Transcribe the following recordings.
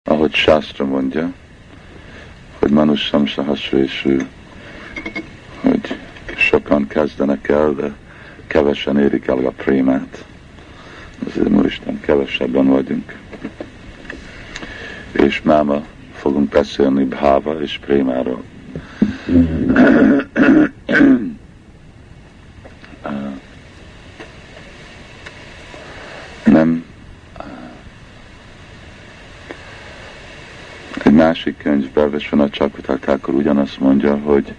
ahogy Sásztra mondja, hogy Manussam Sahasrésű, hogy sokan kezdenek el, de kevesen érik el a prémát. Azért Úristen, kevesebben vagyunk. És máma fogunk beszélni bháva és prémáról. Nem egy másik könyvben, Vishwanath Chakravarti ugyanazt mondja, hogy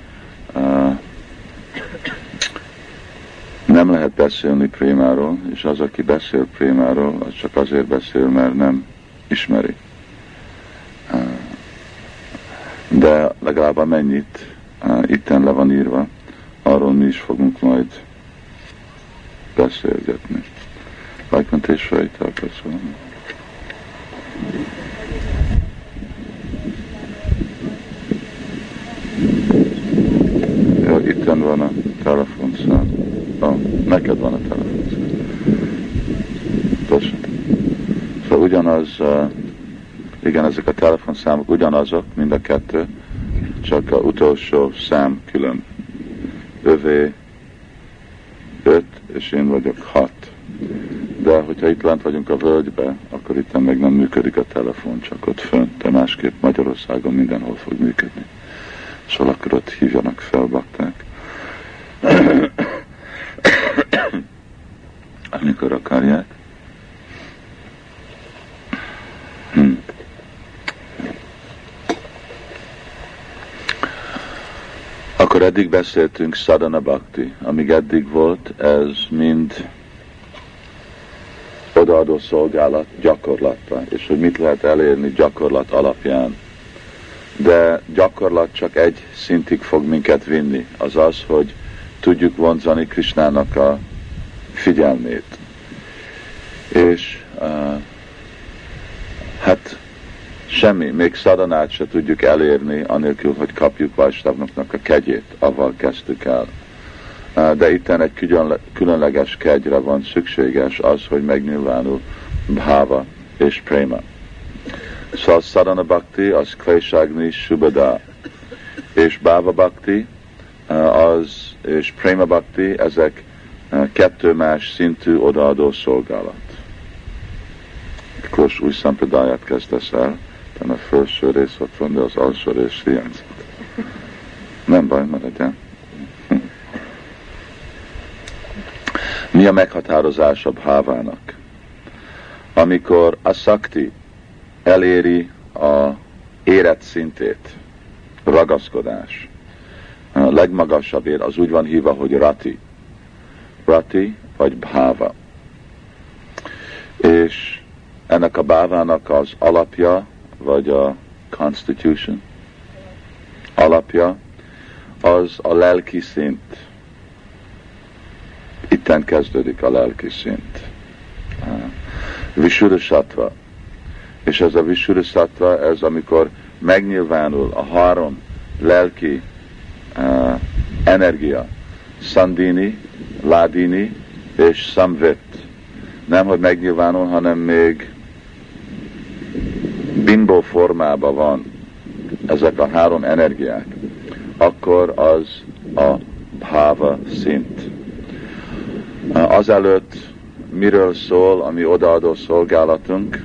nem lehet beszélni prémáról, és az, aki beszél prémáról, az csak azért beszél, mert nem ismeri. De legalább amennyit itten le van írva, arról mi is fogunk majd beszélgetni. Vaikunthesvara Thakur szólni. Ja, itten van a telefonszám. Neked van a telefonszám. Szóval ugyanaz, igen, ezek a telefonszámok ugyanazok, mind a kettő, csak az utolsó szám külön. Övé 5, és én vagyok 6. De hogyha itt lent vagyunk a völgybe, akkor itt meg nem működik a telefon, csak ott fönt, de másképp Magyarországon mindenhol fog működni. Szóval akkor ott hívjanak fel bakták. Amikor akarják. Akkor eddig beszéltünk sadhana bhakti. Amíg eddig volt, ez mind odaadó szolgálat gyakorlatban, és hogy mit lehet elérni gyakorlat alapján. De gyakorlat csak egy szintig fog minket vinni, azaz, hogy tudjuk vonzani Krisnának a figyelmét. És hát semmi, még szadhanát se tudjuk elérni, anélkül, hogy kapjuk Vajsnavnak a kegyét, avval kezdtük el. De itten egy különleges kegyre van szükséges, az, hogy megnyilvánul bháva és préma. Szóval sadhana bhakti, az kleshagni subhada, és bhava bhakti, az, és préma bhakti, ezek kettő más szintű odaadó szolgálat. Akkor új szampradáját kezdesz el, de a felső rész ott van, de az alsó rész hiányzik. Nem baj, maradjál. Mi a meghatározás a bhávának? Amikor a szakti eléri a érett szintét, ragaszkodás, a legmagasabb ér, az úgy van hívva, hogy rati. Rati vagy bháva. És ennek a bhávának az alapja, vagy a constitution alapja, az a lelki szint. Itten kezdődik a lelki szint. Visuddhasattva. És ez a Visuddhasattva, ez amikor megnyilvánul a három lelki energia, Sandini, Ládini és Samvit. Nem, hogy megnyilvánul, hanem még bimbó formában van ezek a három energiák, akkor az a bháva szint. Azelőtt miről szól a mi odaadó szolgálatunk?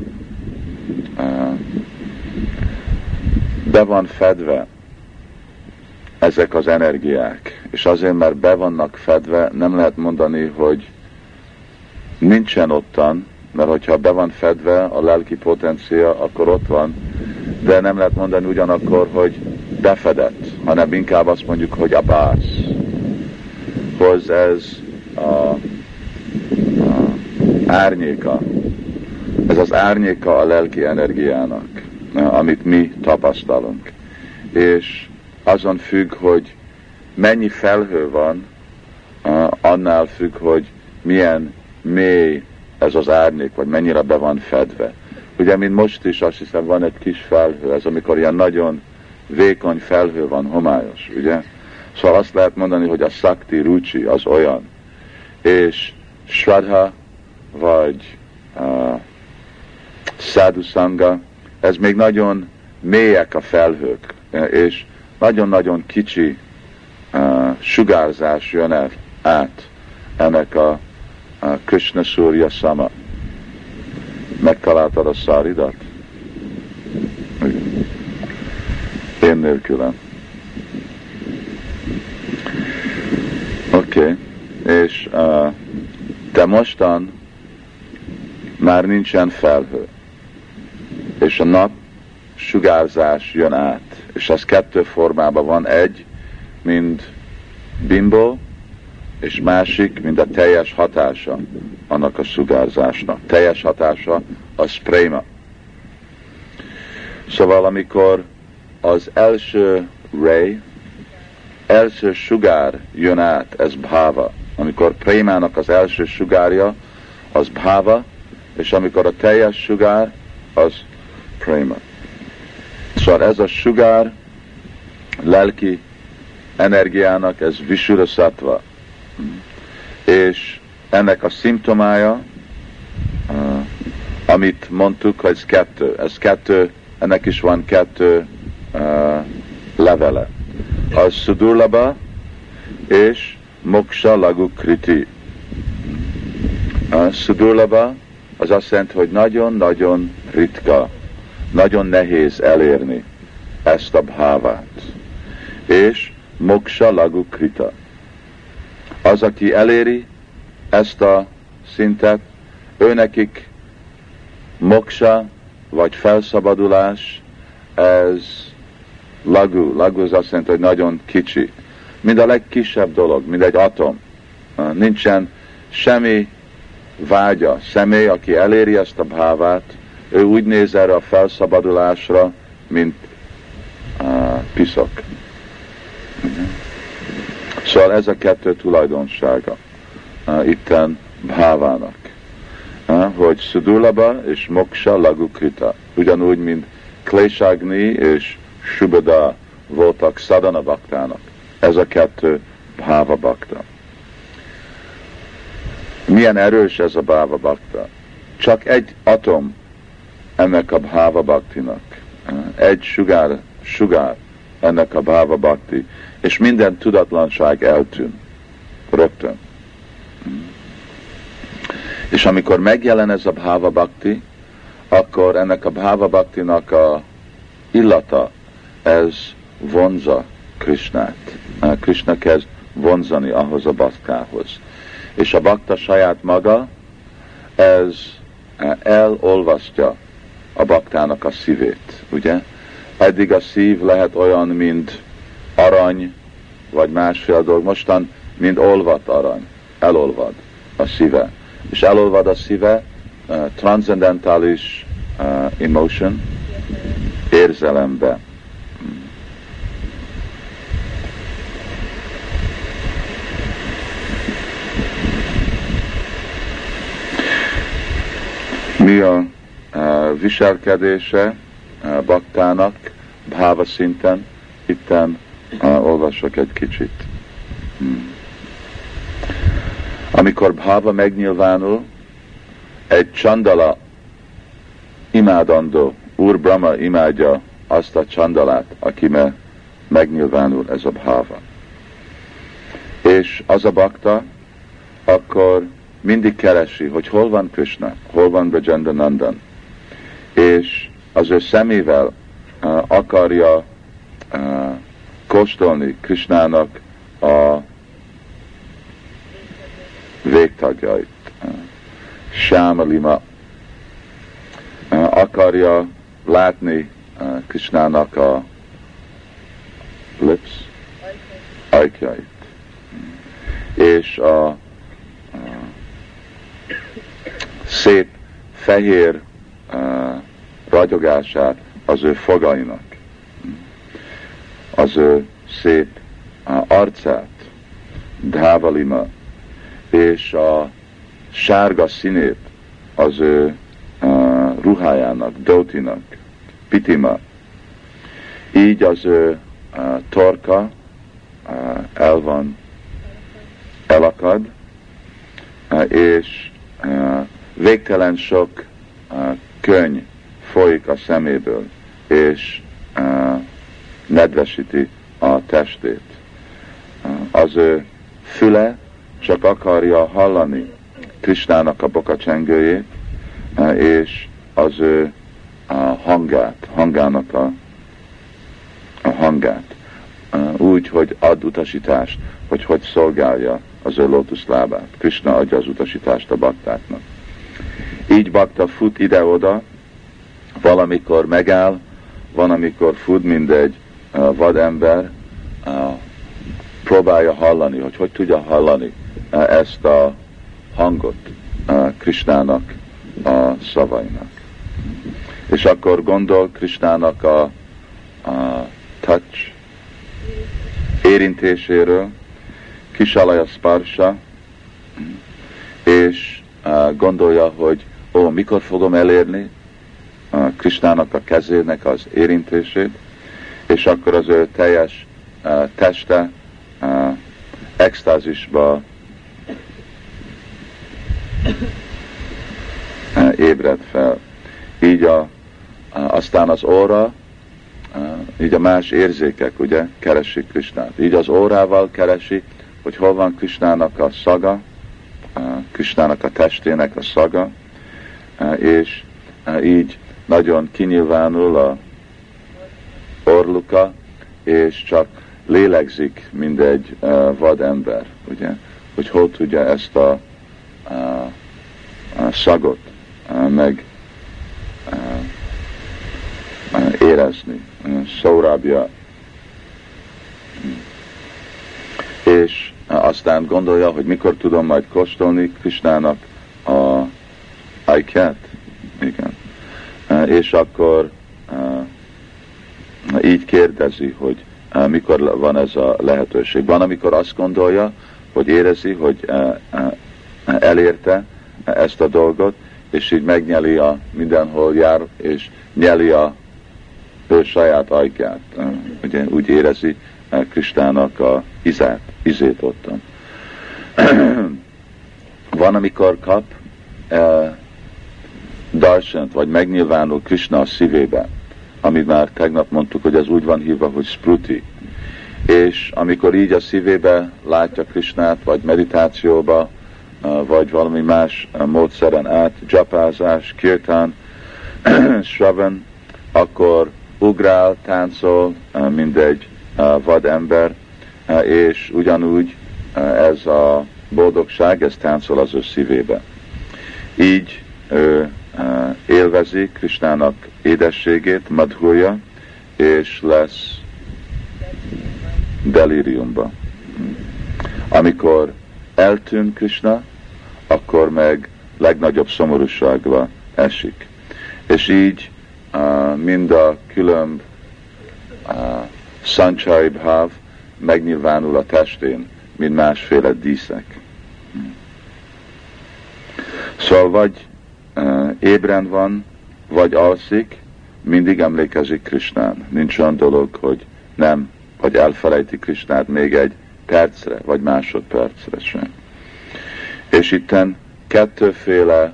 Be van fedve ezek az energiák, és azért, mert be vannak fedve, nem lehet mondani, hogy nincsen ottan, mert hogyha be van fedve a lelki potencia, akkor ott van, de nem lehet mondani ugyanakkor, hogy befedett, hanem inkább azt mondjuk, hogy a bász. Hoz ez a árnyéka. Ez az árnyéka a lelki energiának, amit mi tapasztalunk. És azon függ, hogy mennyi felhő van, annál függ, hogy milyen mély ez az árnyék, vagy mennyire be van fedve. Ugye, mint most is, azt hiszem, van egy kis felhő, ez amikor ilyen nagyon vékony felhő van, homályos, ugye? Szóval azt lehet mondani, hogy a Sakti Ruchi az olyan, és Shraddha, vagy Sadhu Sangha, ez még nagyon mélyek a felhők, és nagyon-nagyon kicsi sugárzás jön át ennek a Krishna Surya Sama. Megtaláltad a száridat? Én nélkülem. Oké. És de mostan már nincsen felhő. És a nap sugárzás jön át. És az kettő formában van. Egy, mint bimbo, és másik, mint a teljes hatása annak a sugárzásnak. Teljes hatása az préma. Szóval amikor az első ray, első sugár jön át, ez bhava. Amikor prémának az első sugárja, az bhava, és amikor a teljes sugár, az préma. Szóval ez a sugár lelki energiának, ez visura sattva. És ennek a szimptomája, amit mondtuk, hogy ez kettő, ennek is van kettő levele. Az Sudurlabha és Moksha Lagu Kriti. A Sudurlabha az azt jelenti, hogy nagyon-nagyon ritka, nagyon nehéz elérni ezt a bhávát. És Moksha Lagu Krita. Az, aki eléri ezt a szintet, őnekik moksha, vagy felszabadulás, ez lagu. Lagu az azt jelenti, hogy nagyon kicsi. Mind a legkisebb dolog, mint egy atom. Nincsen semmi vágya. Személy, aki eléri ezt a bhávát, ő úgy néz erre a felszabadulásra, mint piszok. Szóval ez a kettő tulajdonsága itten bhávának, hogy Sudurlabha és Moksha Lagu Krita. Ugyanúgy, mint Kleshagni és Shubhada voltak Sadhana baktának. Ez a kettő bháva bakta. Milyen erős ez a bháva bakta? Csak egy atom ennek a bháva baktinak. Egy sugár ennek a bháva bakti. És minden tudatlanság eltűn. Rögtön. És amikor megjelen ez a bháva bakti, akkor ennek a bháva baktinak a illata, ez vonza Krishnát. Krishna kezd vonzani ahhoz a baktához. És a bakta saját maga, ez elolvasztja a baktának a szívét, ugye? Eddig a szív lehet olyan, mint arany, vagy másfél dolog. Mostan, mint olvadt arany. Elolvad a szíve. És elolvad a szíve transzendentális emotion, érzelembe. Mi a viselkedése baktának bháva szinten? Itten olvasok egy kicsit. Amikor bháva megnyilvánul, egy csandala imádandó, Úr Brahma imádja azt a csandalát, aki megnyilvánul ez a bháva. És az a bakta akkor mindig keresi, hogy hol van Krishna, hol van Brajendanandan, és az ő szemével akarja kóstolni Krishnának a végtagjait. Sámalima. Akarja látni Krishnának a lips, ajkjait. És a szép fehér ragyogását az ő fogainak, az ő szép arcát, Dhavalima, és a sárga színét az ő ruhájának, Dhotinak, Pitima. Így az ő torka elakad, és végtelen sok könny folyik a szeméből, és nedvesíti a testét. Az ő füle csak akarja hallani Krisnának a bokacsengőjét, és az ő hangának a hangát. Úgy, hogy ad utasítást, hogy szolgálja az ő lótuszlábát. Krishna adja az utasítást a baktáknak. Így bakta fut ide-oda, valamikor megáll, van, amikor fut, mint egy vadember, próbálja hallani, hogy tudja hallani ezt a hangot Krishnának a szavainak. És akkor gondol Krishnának a touch érintéséről, Kisalaja Sparsha, és gondolja, hogy mikor fogom elérni Krishnának a kezének az érintését, és akkor az ő teljes teste extázisba ébred fel. Így aztán az óra, így a más érzékek, ugye, keresik Krishnát. Így az órával keresi, hogy hol van Krishnának a szaga, Krishnának a testének a szaga, és így nagyon kinyilvánul a orluka, és csak lélegzik, mint egy vadember, ugye, hogy hol tudja ezt a szagot meg érezni. Szaurábja. És aztán gondolja, hogy mikor tudom majd kóstolni Krishnának a ajkát. Igen. És akkor így kérdezi, hogy mikor van ez a lehetőség. Van, amikor azt gondolja, hogy érezi, hogy elérte ezt a dolgot, és így megnyeli mindenhol jár, és nyeli ő saját ajkát. Ugye úgy érezi Krishnának a izét ottan. Van, amikor kap darsant, vagy megnyilvánul Krishna a szívébe, amit már tegnap mondtuk, hogy ez úgy van hívva, hogy spruti. És amikor így a szívébe látja Krishnát, vagy meditációba, vagy valami más módszeren át, japázás, kirtán, shravan, akkor ugrál, táncol, mint egy vadember, és ugyanúgy ez a boldogság, ez táncol az ő szívébe. Így ő élvezi Krishnának édességét, madhurja, és lesz delíriumba. Amikor eltűn Krishna, akkor meg legnagyobb szomorúságba esik. És így mind a külön Sanchai Bhav megnyilvánul a testén, mint másféle díszek. Szóval vagy ébren van, vagy alszik, mindig emlékezik Krishnán. Nincs olyan dolog, hogy nem, vagy elfelejti Krishnát még egy percre, vagy másodpercre sem. És itten kettőféle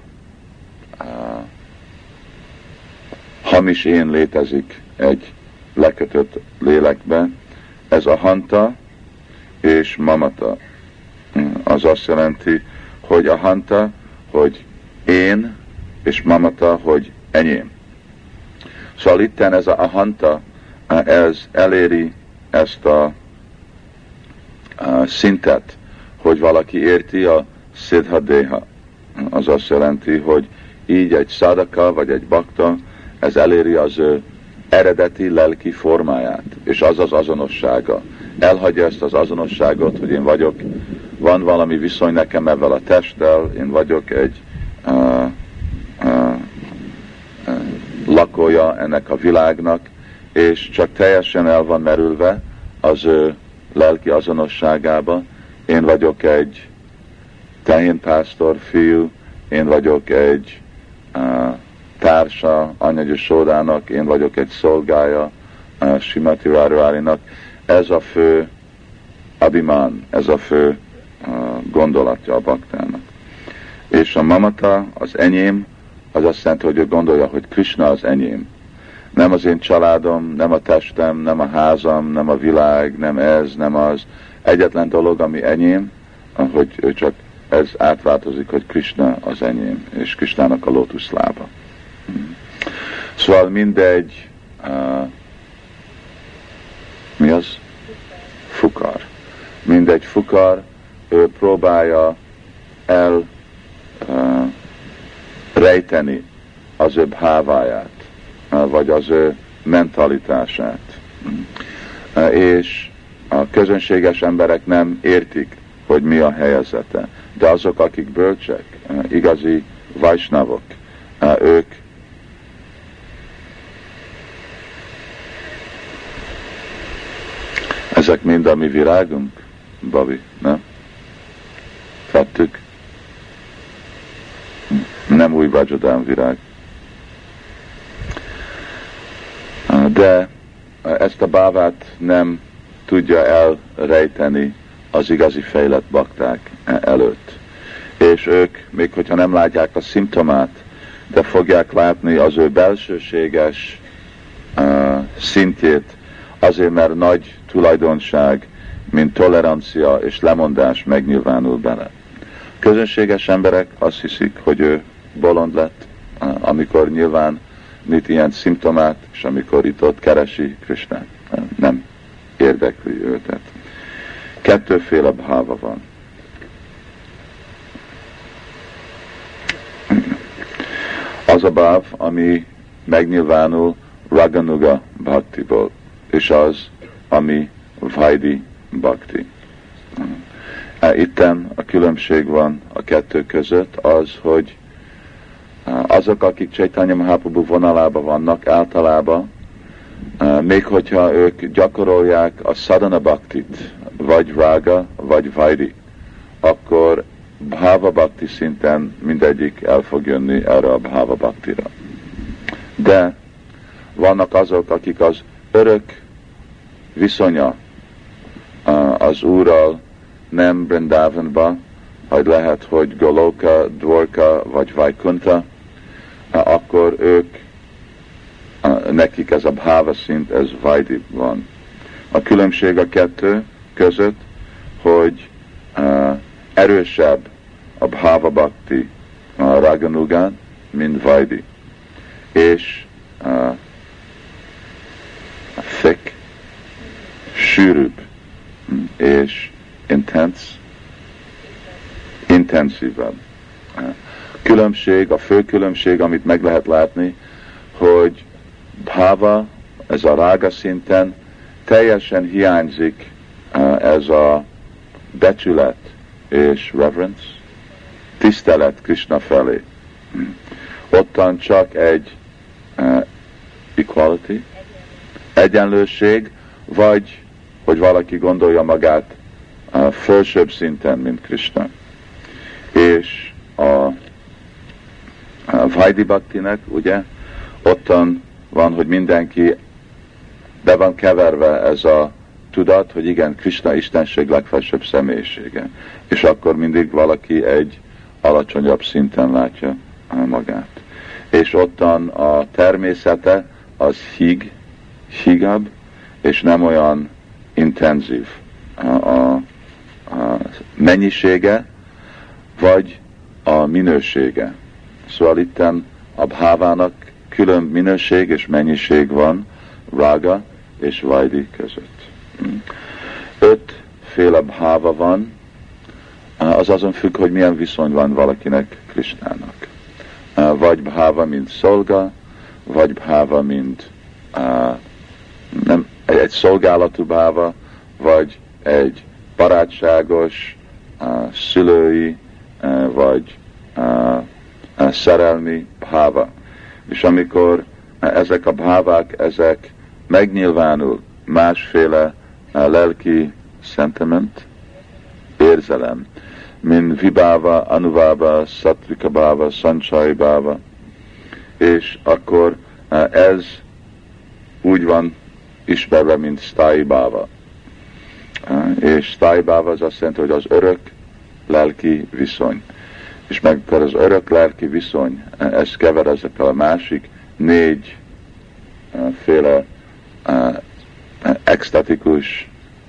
hamis én létezik egy lekötött lélekbe. Ez a hanta és mamata. Az azt jelenti, hogy a hanta, hogy én, és mamata, hogy enyém. Szóval itten ez a hanta, ez eléri ezt a szintet, hogy valaki érti a siddha-déha. Az azt jelenti, hogy így egy szadaka, vagy egy bakta, ez eléri az ő eredeti lelki formáját, és az az azonossága. Elhagyja ezt az azonosságot, hogy én vagyok, van valami viszony nekem ezzel a testtel, én vagyok egy lakója ennek a világnak, és csak teljesen el van merülve az ő lelki azonosságába. Én vagyok egy tehénpásztor fiú, én vagyok egy társa Anyagya Sódának, én vagyok egy szolgája Simati Radharaninak. Ez a fő abhimán, ez a fő gondolatja a baktának. És a mamata, az enyém, az azt jelenti, hogy ő gondolja, hogy Krishna az enyém. Nem az én családom, nem a testem, nem a házam, nem a világ, nem ez, nem az. Egyetlen dolog, ami enyém, hogy ő csak ez átváltozik, hogy Krishna az enyém, és Krishnának a lótuszlába. Szóval mindegy, mi az? Fukar. Mindegy fukar, ő próbálja rejteni az ő bháváját, vagy az ő mentalitását. És a közönséges emberek nem értik, hogy mi a helyzete. De azok, akik bölcsek, igazi vajsnavok, ők ezek mind a mi virágunk, Babi, nem? Tettük? Nem új Vajradhán virág. De ezt a bávát nem tudja elrejteni az igazi fejlett bakták előtt. És ők, még hogyha nem látják a szimptomát, de fogják látni az ő belsőséges szintjét, azért, mert nagy tulajdonság, mint tolerancia és lemondás megnyilvánul bele. Közönséges emberek azt hiszik, hogy ő bolond lett, amikor nyilván mit ilyen szimptomát, és amikor itt-ott keresi Krishnát. Nem érdekli őket. Kettőféle bháva van. Az a báv, ami megnyilvánul Raganuga bhaktiból, és az, ami Vaidi bhakti. Itten a különbség van a kettő között, az, hogy azok, akik Chaitanya Mahaprabhu vonalában vannak, általában, még hogyha ők gyakorolják a sadhana bhaktit, vagy raga, vagy vaidi, akkor bhava bhakti szinten mindegyik el fog jönni erre a bhava bhaktira. De vannak azok, akik az örök viszonya az Úrral nem Vrindavanba, hogy lehet, hogy Goloka, Dvorka vagy Vaikunta, akkor ők, nekik ez a bhava szint, ez Vaidi van. A különbség a kettő között, hogy erősebb a bhava bhakti a Raganugán, mint Vaidi. És thick, sűrűbb, és intenzívebb. Különbség, a fő különbség, amit meg lehet látni, hogy bhava, ez a rága szinten teljesen hiányzik ez a becsület és reverence, tisztelet Krishna felé. Ottan csak egy equality, egyenlőség, vagy hogy valaki gondolja magát felsőbb szinten, mint Krishna. És a Vaidi Bhaktinek, ugye, ottan van, hogy mindenki be van keverve ez a tudat, hogy igen, Krishna istenség legfelsőbb személyisége. És akkor mindig valaki egy alacsonyabb szinten látja magát. És ottan a természete az hígabb, és nem olyan intenzív. A mennyisége, vagy a minősége. Szóval itten a bhávának külön minőség és mennyiség van Raga és Vaidi között. 5 féle bháva van, az azon függ, hogy milyen viszony van valakinek Krishnának. Vagy bháva, mint szolga, vagy bháva, mint nem, egy szolgálatú bháva, vagy egy barátságos, szülői, vagy szerelmi bháva. És amikor ezek a bhávák, ezek megnyilvánul másféle lelki sentiment, érzelem, mint vibáva, anuvába, szattvika bháva, szancsai bháva, és akkor ez úgy van ismerve, mint sztái bháva. És sztái bháva az azt jelenti, hogy az örök lelki viszony. és meg akkor az örök lelki viszony, ez kever ezekkel a másik 4 féle extatikus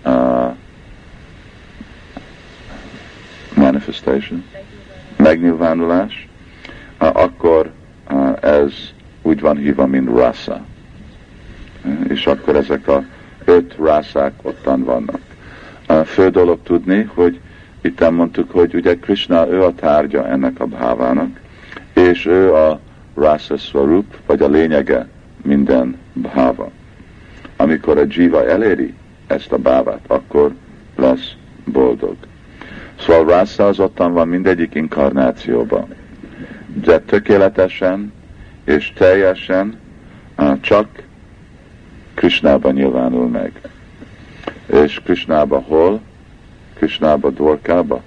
manifestation, megnyilvánulás, akkor ez úgy van hívva, mint rasa. És akkor ezek a 5 rászák ottan vannak. A fő dolog tudni, hogy itt mondtuk, hogy ugye Krishna, ő a tárgya ennek a bhávának, és ő a rasa swarup, vagy a lényege minden bháva. Amikor a jiva eléri ezt a bhávát, akkor lesz boldog. Szóval rasa az ottan van mindegyik inkarnációban. De tökéletesen és teljesen csak Krishnában nyilvánul meg. És Krishnában hol? Krishnában Dwarkába?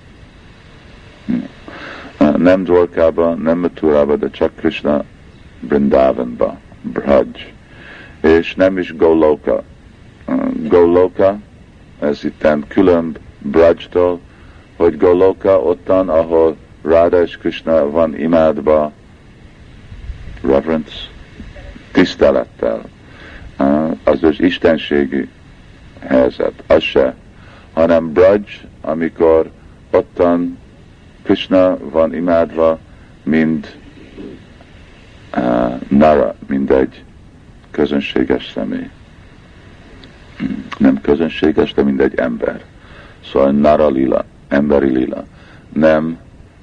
Nem Dwarkába, nem Mathurába, de csak Krishna Vrindavanba, Braj. És nem is Goloka. Goloka, ez itten különb Brajtól, hogy Goloka ottan, ahol Radha és Krishna van imádva, reverence, tisztelettel. Az istenségi helyzet, az se, hanem Braj, amikor ottan Krishna van imádva, mint Nara, mint egy közönséges személy. Nem közönséges, de mint egy ember. Szóval Nara lila, emberi lila. Nem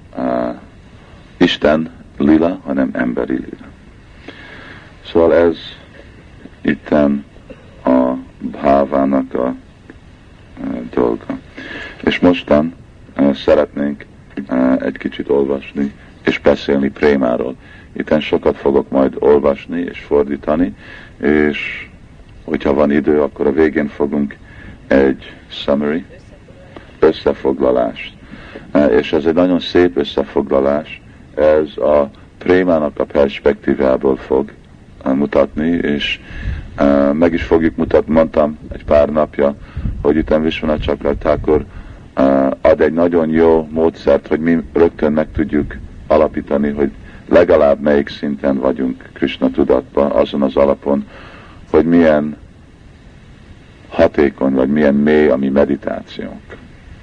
Isten lila, hanem emberi lila. Szóval ez itten a bhávának a dolga. És mostan szeretnénk egy kicsit olvasni és beszélni prémáról. Itten sokat fogok majd olvasni és fordítani, és hogyha van idő, akkor a végén fogunk egy summary, összefoglalást. És ez egy nagyon szép összefoglalás, ez a prémának a perspektívából fog mutatni, és meg is fogjuk mutatni, mondtam egy pár napja, hogy itt Vishwanath Chakravarti ad egy nagyon jó módszert, hogy mi rögtön meg tudjuk alapítani, hogy legalább melyik szinten vagyunk Krishna tudatban, azon az alapon, hogy milyen hatékony, vagy milyen mély a mi meditációnk.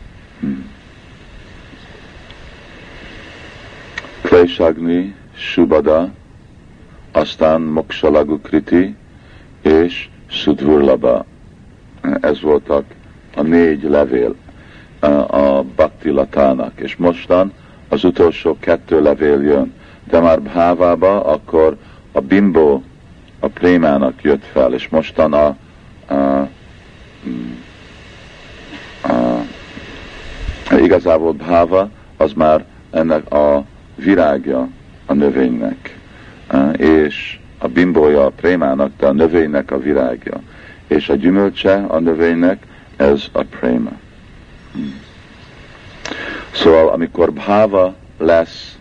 Kleshagni, Subhada, aztán Mokshalagu Kriti és Sudhurlaba. Ez voltak a 4 levél a Bhakti Latának, és mostan az utolsó 2 levél jön. De már bhávába akkor a bimbo a prémának jött fel, és mostan igazából bháva az már ennek a virágja a növénynek, és a bimbója a prémának, de a növénynek a virágja, és a gyümölcse a növénynek, ez a préma. Szóval amikor bháva lesz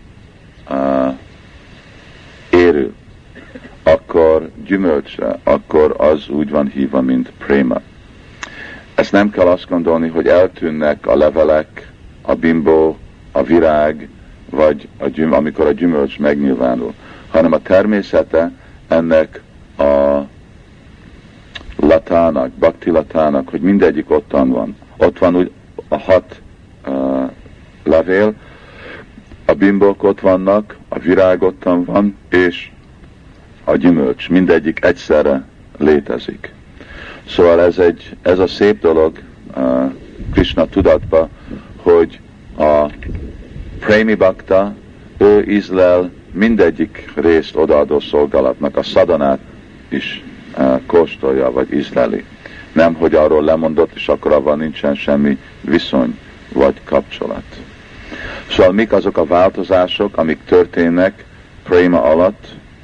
érő, akkor gyümölcse, akkor az úgy van hívva, mint préma. Ezt nem kell azt gondolni, hogy eltűnnek a levelek, a bimbó, a virág, vagy amikor a gyümölcs megnyilvánul, hanem a természete ennek a latának, bhakti latának, hogy mindegyik ottan van. Ott van úgy a 6 levél, a bimbók ott vannak, a virág ottan van, és a gyümölcs, mindegyik egyszerre létezik. Szóval ez a szép dolog Krishna tudatba, hogy a Premi Bhakta, ő ízlel mindegyik részt odaadó szolgálatnak, a szadanát is kóstolja, vagy ízleli. Nem, hogy arról lemondott, és akkor avval nincsen semmi viszony, vagy kapcsolat. Szóval mik azok a változások, amik történnek préma alatt?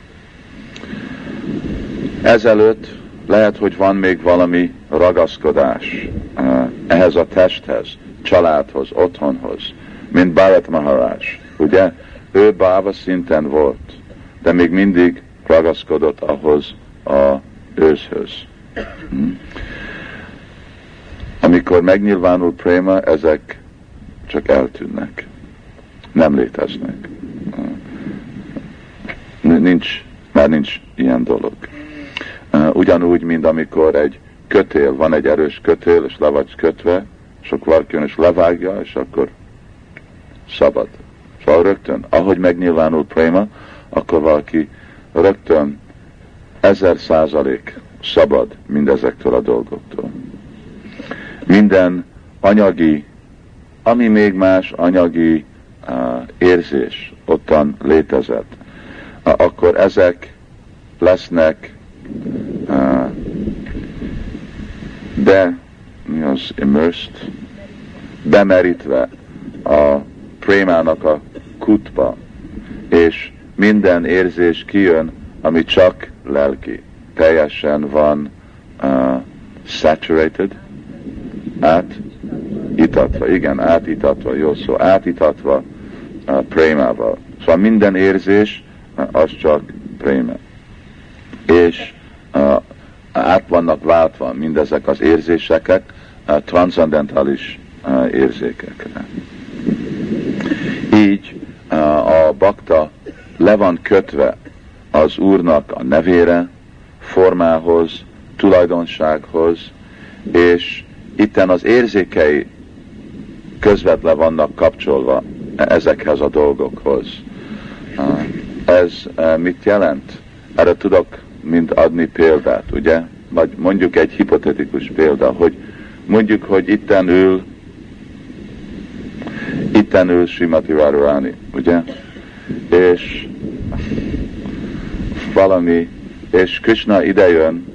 Ezelőtt lehet, hogy van még valami ragaszkodás ehhez a testhez, családhoz, otthonhoz, mint Bharat Maharaj. Ugye? Ő báva szinten volt, de még mindig ragaszkodott ahhoz a őszhöz. Amikor megnyilvánul préma, ezek csak eltűnnek. nem léteznek. Már nincs ilyen dolog. Ugyanúgy, mint amikor egy kötél, van egy erős kötél, és le vagy kötve, és akkor valaki jön és levágja, és akkor szabad. Szóval rögtön, ahogy megnyilvánul préma, akkor valaki rögtön 1000% szabad mindezektől a dolgoktól. Minden anyagi, ami még más anyagi érzés ottan létezett, akkor ezek lesznek bemerítve a prémának a kutba, és minden érzés kijön, ami csak lelki. Teljesen van saturated, átitatva, igen, átitatva, jó szó, átitatva prémával. Szóval minden érzés az csak préma. És át vannak váltva mindezek az érzéseket transzendentális érzékekre. Így a bakta le van kötve az Úrnak a nevére, formához, tulajdonsághoz, és itten az érzékei közvetve vannak kapcsolva ezekhez a dolgokhoz. Ez mit jelent? Erre tudok mind adni példát, ugye? Vagy mondjuk egy hipotetikus példa, hogy mondjuk, hogy itten ül Srimati Radharani, ugye? És valami, és Krishna idejön,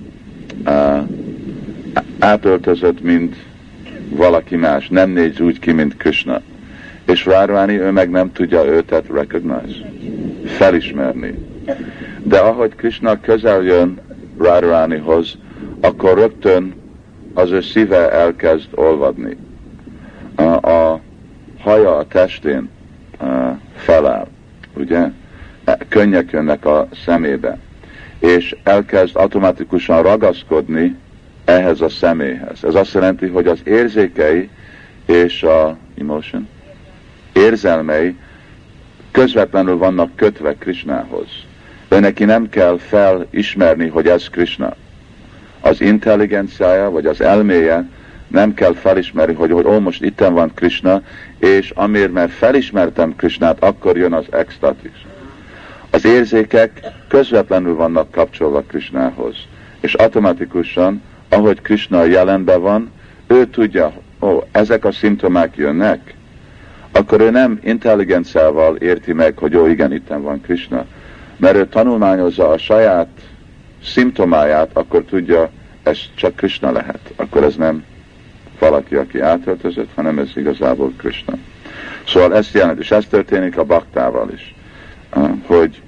átöltözött, mint valaki más, nem néz úgy ki, mint Krishna. És Radharani, ő meg nem tudja őtet recognize, felismerni. De ahogy Krishna közel jön Radharanihoz, akkor rögtön az ő szíve elkezd olvadni. A haja a testén feláll, ugye? Könnyek jönnek a szemébe, és elkezd automatikusan ragaszkodni ehhez a személyhez. Ez azt jelenti, hogy az érzékei és a érzelmei közvetlenül vannak kötve Krishnához. De neki nem kell felismerni, hogy ez Krishna. Az intelligenciája, vagy az elméje nem kell felismerni, hogy most itten van Krishna, és amiért mert felismertem Krishnát, akkor jön az extatis. Az érzékek közvetlenül vannak kapcsolva Krishnához. És automatikusan, ahogy Krishna jelenben van, ő tudja, ezek a szimptomák jönnek, akkor ő nem intelligenciával érti meg, hogy igen, itten van Krishna, mert ő tanulmányozza a saját szimptomáját, akkor tudja, ez csak Krishna lehet. Akkor ez nem valaki, aki átöltözött, hanem ez igazából Krishna. Szóval ezt jelent, és ez történik a baktával is, hogy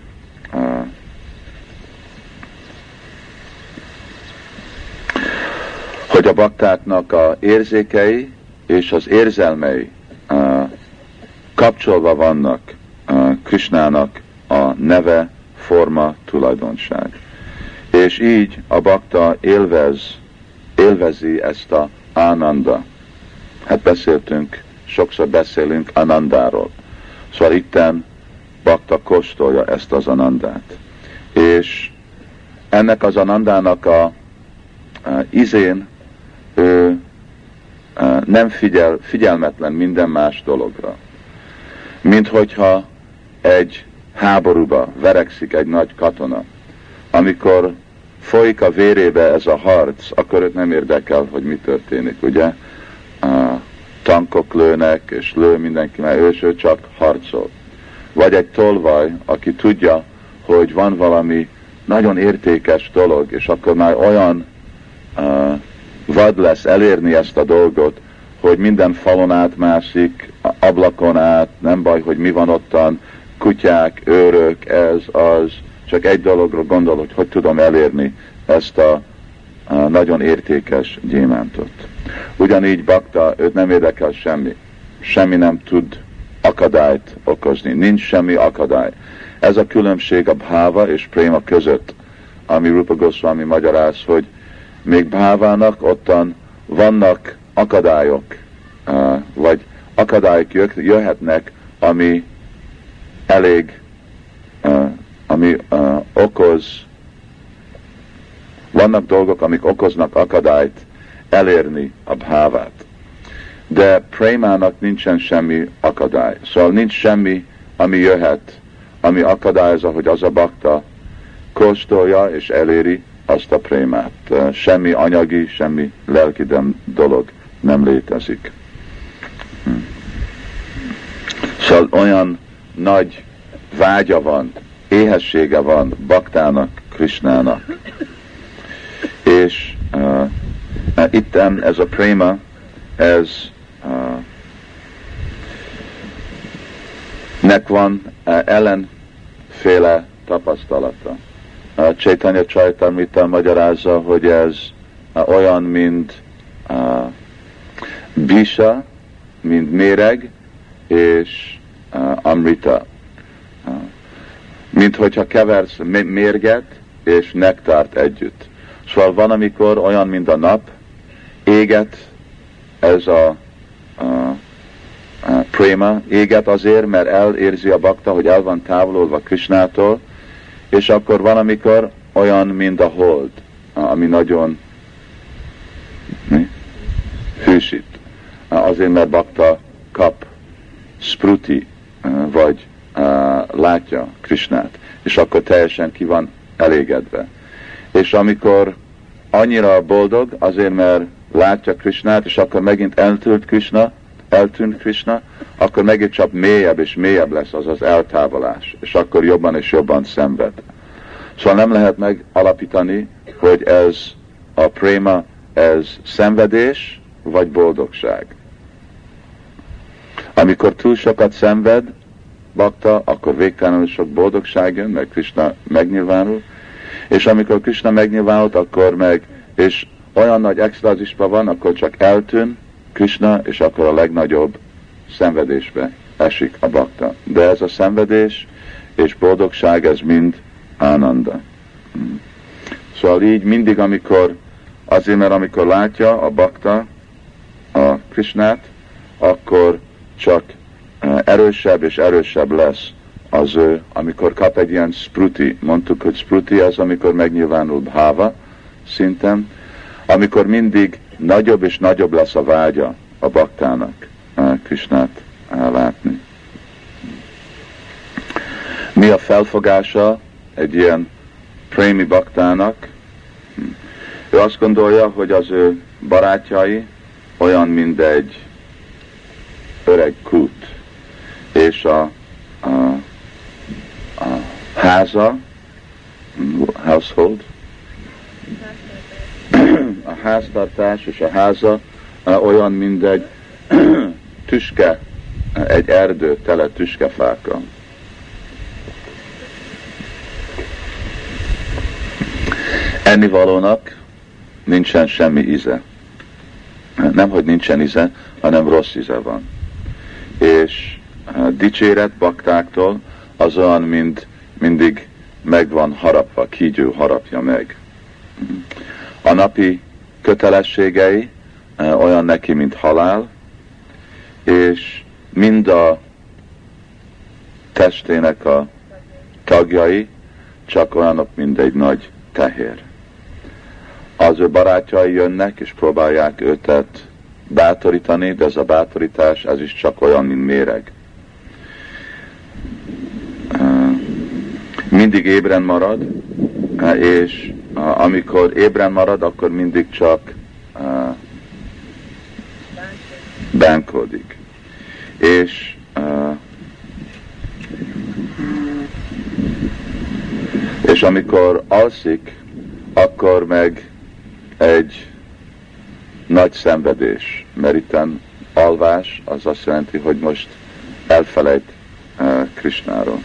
a baktáknak a érzékei és az érzelmei kapcsolva vannak Krishnának a neve, forma, tulajdonság. És így a bakta élvezi ezt a Ananda. Hát sokszor beszélünk Anandáról. Szóval itten bakta kóstolja ezt az Anandát. És ennek az Anandának a ízén ő nem figyelmetlen minden más dologra. Mint hogyha egy háborúba verekszik egy nagy katona. Amikor folyik a vérébe ez a harc, akkor őt nem érdekel, hogy mi történik, ugye? Tankok lőnek, és lő mindenki, mert ő csak harcol. Vagy egy tolvaj, aki tudja, hogy van valami nagyon értékes dolog, és akkor már olyan vad lesz elérni ezt a dolgot, hogy minden falon átmászik, ablakon át, nem baj, hogy mi van ottan, kutyák, őrök, ez, az, csak egy dologra gondol, hogy tudom elérni ezt a nagyon értékes gyémántot. Ugyanígy bakta, őt nem érdekel semmi nem tud akadályt okozni, nincs semmi akadály. Ez a különbség a bháva és préma között, ami Rupa Goswami magyaráz, hogy még bhávának ottan vannak akadályok, vagy akadályok jöhetnek, ami elég, ami vannak dolgok, amik okoznak akadályt elérni a bhávát. De prémának nincsen semmi akadály. Szóval nincs semmi, ami jöhet, ami akadályozza, hogy az a bakta kóstolja és eléri azt a prémát. Semmi anyagi, semmi lelki dolog nem létezik. Szóval olyan nagy vágya van, éhessége van baktának, Krishnának. És itten ez a préma, ez nek van ellenféle tapasztalata. Chaitanya Charitamrita magyarázza, hogy ez olyan, mint bisa, mint méreg, és amrita. Mint hogyha keversz mérget és nektárt együtt. Szóval van, amikor olyan, mint a nap, éget ez a préma, éget azért, mert elérzi a bakta, hogy el van távolodva Krishnától, és akkor van, amikor olyan, mint a hold, ami nagyon hűsít. Azért, mert bakta kap spruti, vagy látja Krishnát, és akkor teljesen ki van elégedve. És amikor annyira boldog, azért, mert látja Krishnát, és akkor megint eltűnt Krishna, akkor megint csak mélyebb és mélyebb lesz az eltávolás, és akkor jobban és jobban szenved. Szóval nem lehet megalapítani, hogy ez a préma, ez szenvedés, vagy boldogság. Amikor túl sokat szenved bakta, akkor végtelenül sok boldogság jön, mert Krishna megnyilvánul, és amikor Krishna megnyilvánult, akkor és olyan nagy extázisban van, akkor csak eltűn Krishna, és akkor a legnagyobb szenvedésbe esik a bakta. De ez a szenvedés és boldogság, ez mind ánanda. Szóval így mindig, mert amikor látja a bakta a Krishnát, akkor csak erősebb és erősebb lesz az ő, amikor kap egy ilyen spruti, mondtuk, hogy spruti az, amikor megnyilvánul bháva szinten, amikor mindig nagyobb és nagyobb lesz a vágya a baktának Krishnát látni. Mi a felfogása egy ilyen prémi baktának? Ő azt gondolja, hogy az ő barátjai olyan, mint egy öreg kút, és a háza, household, a háztartás és a háza olyan, mint egy tüske, egy erdő tele tüskefákkal. Ennivalónak nincsen semmi íze. Nem, hogy nincsen íze, hanem rossz íze van. És dicséret baktáktól az olyan, mint mindig meg van harapva, kígyó harapja meg. A napi kötelességei olyan neki, mint halál, és mind a testének a tagjai csak olyanok, mint egy nagy tehér. Az ő barátjai jönnek, és próbálják őtet bátorítani, de ez a bátorítás, ez is csak olyan, mint méreg. Mindig ébren marad, és amikor ébren marad, akkor mindig csak bánkodik. És amikor alszik, akkor meg egy nagy szenvedés, mert itten alvás az azt jelenti, hogy most elfelejt Krishnáról.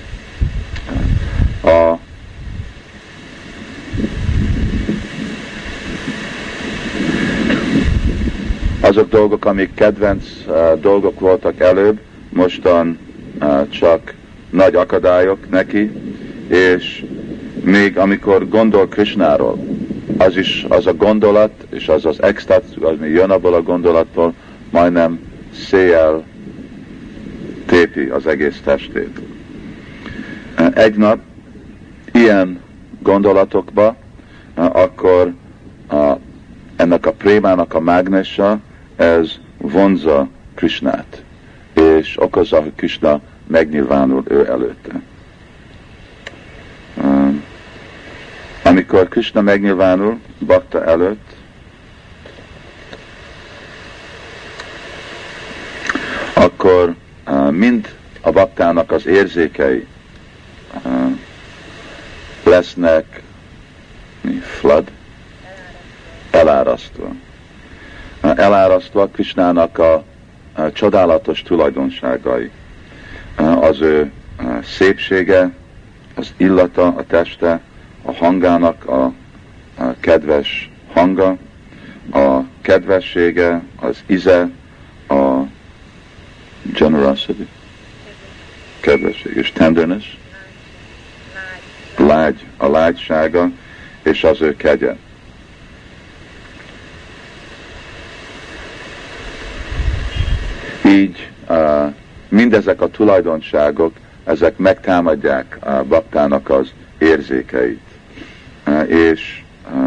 Azok dolgok, amik kedvenc dolgok voltak előbb, mostan csak nagy akadályok neki, és még amikor gondol Krishnáról, az a gondolat, és az extátus, ami jön abból a gondolattól, majdnem széjjel tépi az egész testét. Egy nap ilyen gondolatokba, akkor ennek a prémának a mágnesa, ez vonzza Krisnát, és okozza, hogy Krishna megnyilvánul ő előtte. Amikor Krishna megnyilvánul bakta előtt, akkor mind a baktának az érzékei lesznek elárasztva. Elárasztva Krishnának a csodálatos tulajdonságai. Az ő szépsége, az illata, a teste, a hangának a kedves hanga, a kedvessége, az íze, a generosity, kedvesség és tenderness, lágy, a lágysága és az ő kegye. Így mindezek a tulajdonságok, ezek megtámadják a baktának az érzékeit. És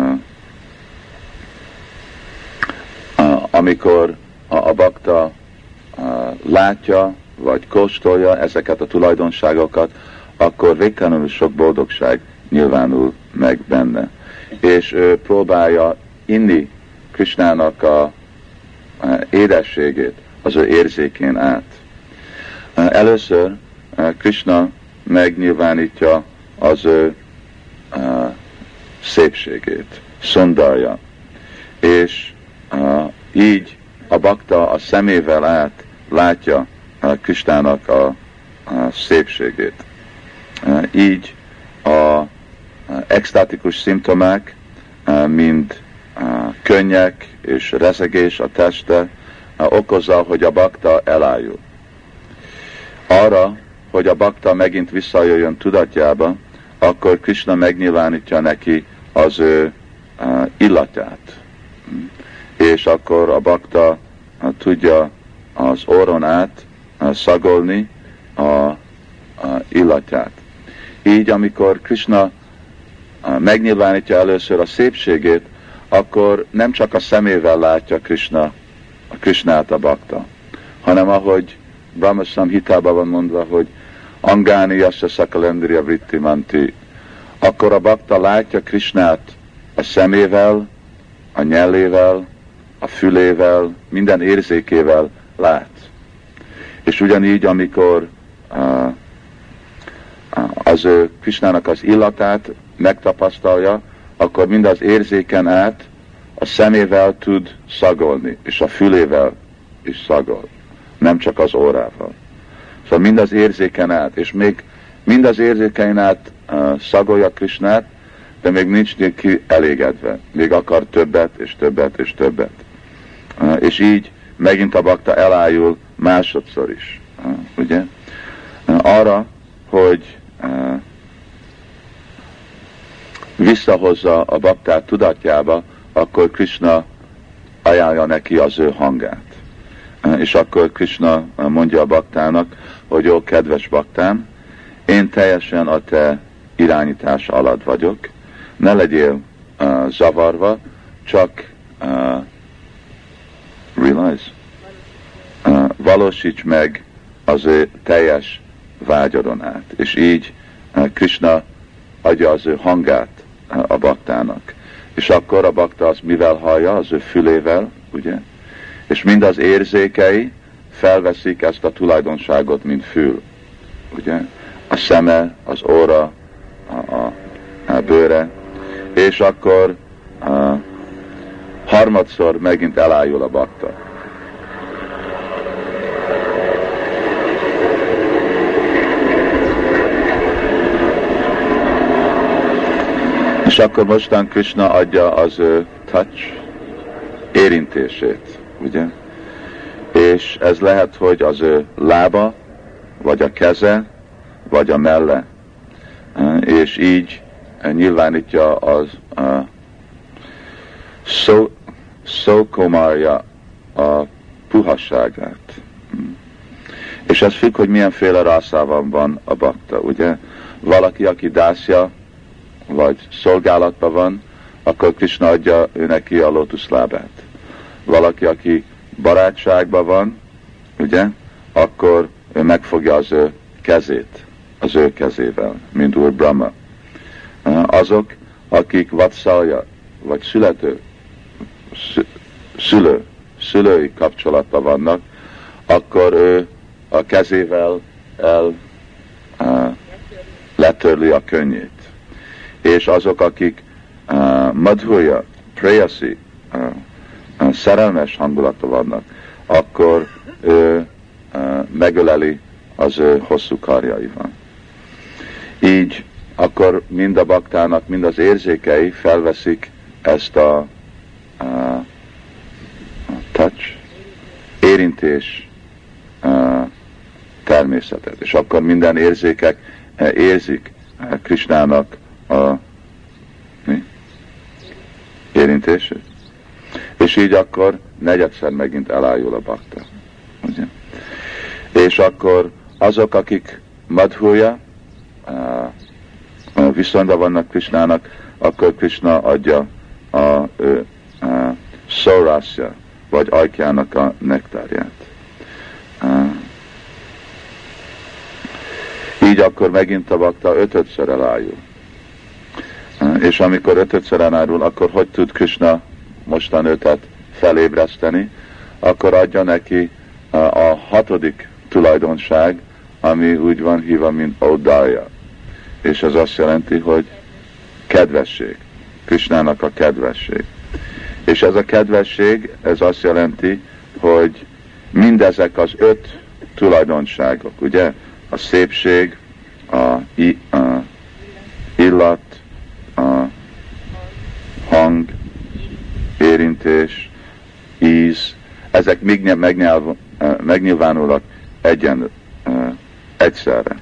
amikor a bakta látja, vagy kóstolja ezeket a tulajdonságokat, akkor végtelenül sok boldogság nyilvánul meg benne. És ő próbálja inni Krishnának a édességét az ő érzékén át. Először Krishna megnyilvánítja az ő szépségét, szundarja, és így a bakta a szemével át látja Krishnának a szépségét. Így a extatikus szimptomák, mint könnyek és rezegés a teste, okozza, hogy a bakta elájul. Arra, hogy a bakta megint visszajöjjön tudatjába, akkor Krishna megnyilvánítja neki az ő illatát. És akkor a bakta tudja az orron át szagolni a illatát. Így, amikor Krishna megnyilvánítja először a szépségét, akkor nem csak a szemével látja Krishnát a bakta, hanem ahogy Brahma Samhitában van mondva, hogy Angani Yasya Sakalendriya Vritti Manti, akkor a bakta látja Krishnát a szemével, a nyellével, a fülével, minden érzékével lát. És ugyanígy, amikor az ő Krishnának az illatát megtapasztalja, akkor mind az érzéken át a szemével tud szagolni, és a fülével is szagol, nem csak az órával. Szóval mind az érzéken át, és még mind az érzéken át szagolja Krishnát, de még nincs neki elégedve. Még akar többet, és többet, és többet. És így megint a bakta elájul másodszor is. Ugye? Arra, hogy visszahozza a baktát tudatjába, akkor Krishna ajánlja neki az ő hangát. És akkor Krishna mondja a baktának, hogy jó, kedves baktám, én teljesen a te irányítás alatt vagyok, ne legyél zavarva, csak valósíts meg az ő teljes vágyadon át. És így Krishna adja az ő hangát a baktának. És akkor a bakta azt mivel hallja? Az ő fülével, ugye? És mind az érzékei felveszik ezt a tulajdonságot, mint fül. Ugye? A szeme, az óra, a bőre. És akkor harmadszor megint elájul a bakta. És akkor mostan Krishna adja az ő touch, érintését, ugye? És ez lehet, hogy az ő lába, vagy a keze, vagy a melle. És így nyilvánítja az szókomarja a puhasságát. És ez függ, hogy milyenféle rászában van a bakta, ugye? Valaki, aki dászja, vagy szolgálatban van, akkor Krishna adja ő neki a lótuszlábát. Valaki, aki barátságban van, ugye, akkor ő megfogja az ő kezét, az ő kezével, mint Úr Brahma. Azok, akik vatszalja, vagy szülői kapcsolatban vannak, akkor ő a kezével letörli a könnyét. És azok, akik madhurja, preyasi, szerelmes hangulatban vannak, akkor ő megöleli az ő hosszú karjaival. Így akkor mind a baktának, mind az érzékei felveszik ezt a touch, érintés természetet. És akkor minden érzékek érzik Krishnának a érintését. És így akkor negyedszer megint elájul a bakta. Ugye? És akkor azok, akik madhurja, viszonyban vannak Krishnának, akkor Krishna adja a szórásja, vagy ajkjának a nektárját. Így akkor megint a bakta ötödször elájul. És amikor ötödször elájul, akkor hogy tud Krishna mostan őtet felébreszteni, akkor adja neki a hatodik tulajdonság, ami úgy van hívva, mint Audaya. És ez azt jelenti, hogy kedvesség. Krishnának a kedvesség. És ez a kedvesség, ez azt jelenti, hogy mindezek az 5 tulajdonságok, ugye? A szépség, a illat, a hang, érintés, íz, ezek megnyilvánulnak egyszerre.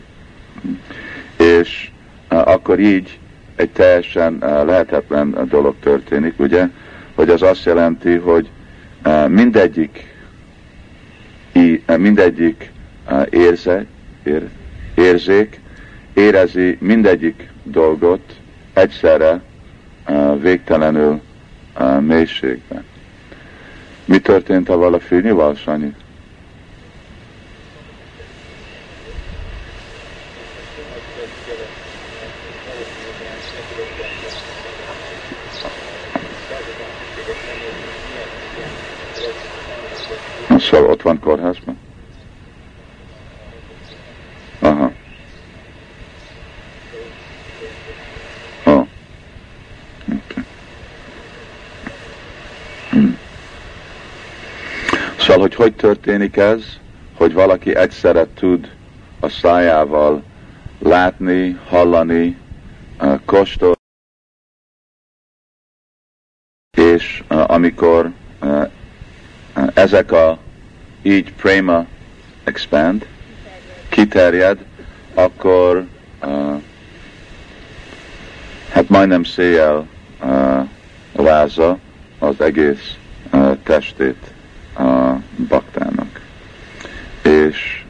És akkor így egy teljesen lehetetlen dolog történik, ugye, hogy az azt jelenti, hogy mindegyik érzék érezi mindegyik dolgot egyszerre végtelenül mélységben. Mi történt avval a fűnyival, Sanyi? Szóval ott van kórházban? Aha. Oh. Okay. Szóval, hogy történik ez, hogy valaki egyszerre tud a szájával látni, hallani, kóstolni, és amikor ezek így prema expand, kiterjed, akkor hát majdnem széjjel lázza az egész testét a baktának. És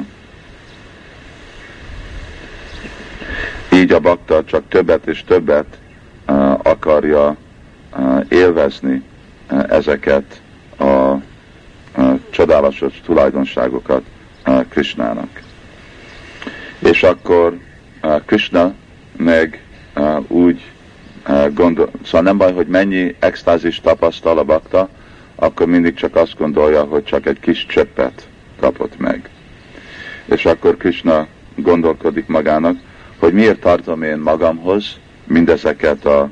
így a bakta csak többet és többet akarja élvezni ezeket a csodálatos tulajdonságokat Krishnának. És akkor Krishna meg úgy gondol, szóval nem baj, hogy mennyi extázis tapasztal a bakta, akkor mindig csak azt gondolja, hogy csak egy kis cseppet kapott meg. És akkor Krishna gondolkodik magának, hogy miért tartom én magamhoz mindezeket a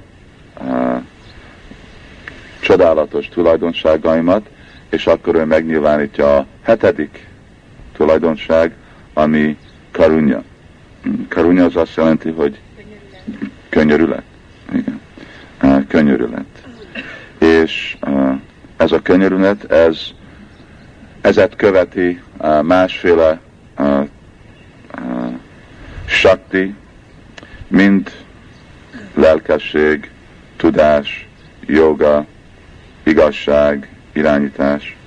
csodálatos tulajdonságaimat, és akkor ő megnyilvánítja a 7. tulajdonság, ami karunya. Karunya az azt jelenti, hogy könyörület. Igen. Könyörület. És ez a könyörület, ezet követi másféle sakti, mind lelkesség, tudás, joga, igazság, irányítás.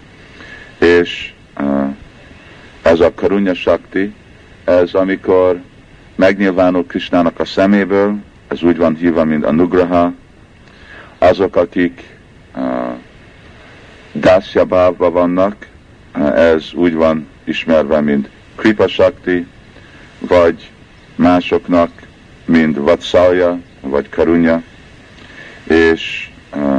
És ez a karunya sakti, ez amikor megnyilvánul Krisnának a szeméből, ez úgy van hívva, mint a nugraha, azok, akik Dasya bhávban vannak, ez úgy van ismerve, mint Kripa Shakti, vagy másoknak, mint Vatsalya, vagy Karunya, és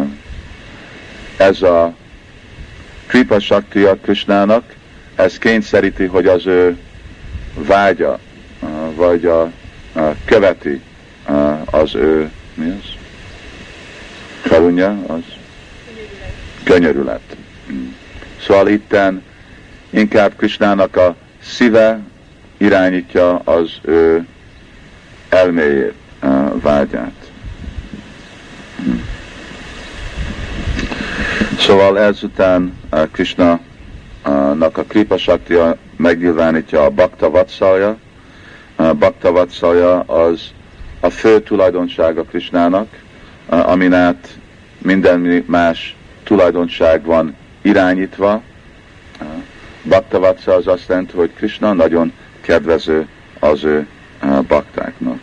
ez a Kripa Shakti a Krishnának, ez kényszeríti, hogy az ő vágya, vagy követi az ő, mi az? Karunya, az? Könyörület. Szóval itten inkább Krishnának a szíve irányítja az ő elméjét, vágyát. Szóval ezután Krishnának a Kripa Shaktiya megnyilvánítja a Bhakta Vatsalya. A Bhakta Vatsalya az a fő tulajdonsága Krishnának, amin át minden más tulajdonság van irányítva. Bhakta Vatsalya az azt jelenti, hogy Krishna nagyon kedvező az ő baktáknak.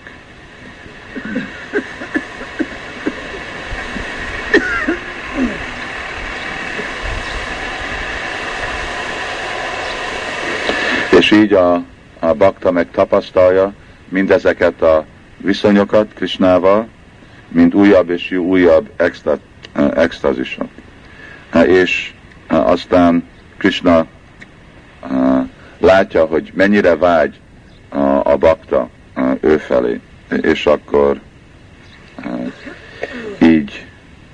És így a bakta meg tapasztalja mindezeket a viszonyokat Krishnával, mint újabb és újabb extázisok. És aztán Krishna látja, hogy mennyire vágy a bakta ő felé, és akkor így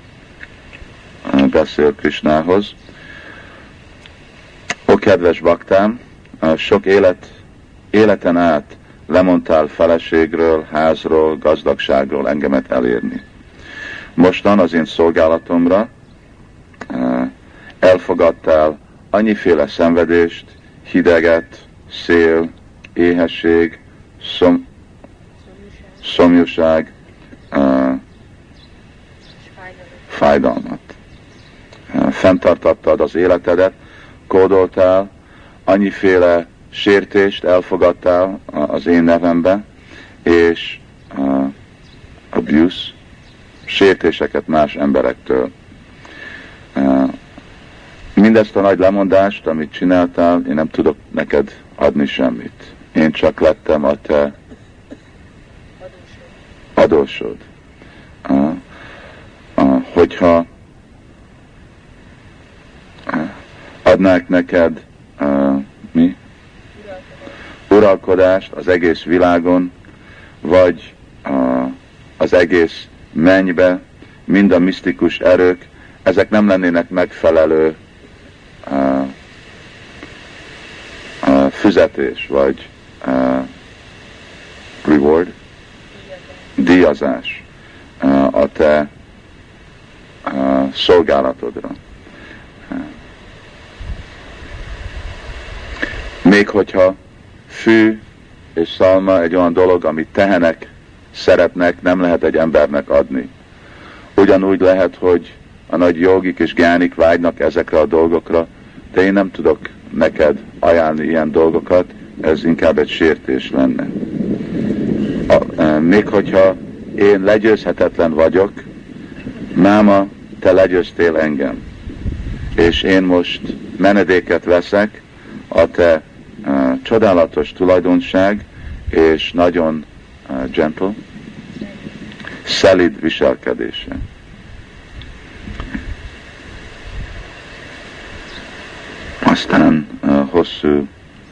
beszél Krishnához. Ó, kedves baktám, sok életen át lemondtál feleségről, házról, gazdagságról engemet elérni. Mostan az én szolgálatomra elfogadtál annyiféle szenvedést, hideget, szél, éhesség, szomjúság, fájdalmat. Fenntartattad az életedet, kódoltál, annyiféle sértést elfogadtál az én nevembe, és abuse, sértéseket más emberektől. Mindezt a nagy lemondást, amit csináltál, én nem tudok neked adni semmit. Én csak lettem a te adósod. Hogyha adnák neked mi? Uralkodást az egész világon, vagy az egész mennybe, mind a misztikus erők, ezek nem lennének megfelelő fizetés, vagy reward, díjazás a te szolgálatodra. Még hogyha fű és szalma egy olyan dolog, amit tehenek szeretnek, nem lehet egy embernek adni. Ugyanúgy lehet, hogy a nagy jogik és gánik vágynak ezekre a dolgokra, de én nem tudok neked ajánlni ilyen dolgokat, ez inkább egy sértés lenne. Még hogyha én legyőzhetetlen vagyok, máma, te legyőztél engem. És én most menedéket veszek a te csodálatos tulajdonság és nagyon gentle, szelíd viselkedése. Aztán hosszú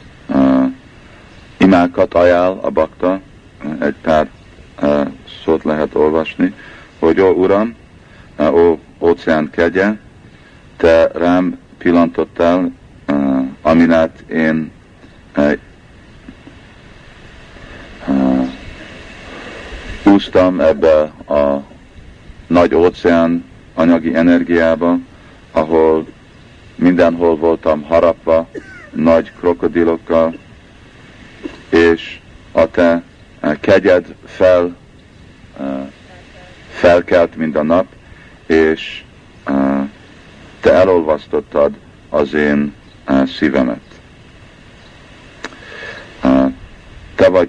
imákat ajánl a bakta, egy pár szót lehet olvasni, hogy ó Uram, ó óceán kegye, te rám pillantottál, amin át én úsztam ebbe a nagy óceán anyagi energiába, ahol mindenhol voltam harapva nagy krokodilokkal, és a te kegyed felkelt mind a nap, és te elolvasztottad az én szívemet. Te vagy vagy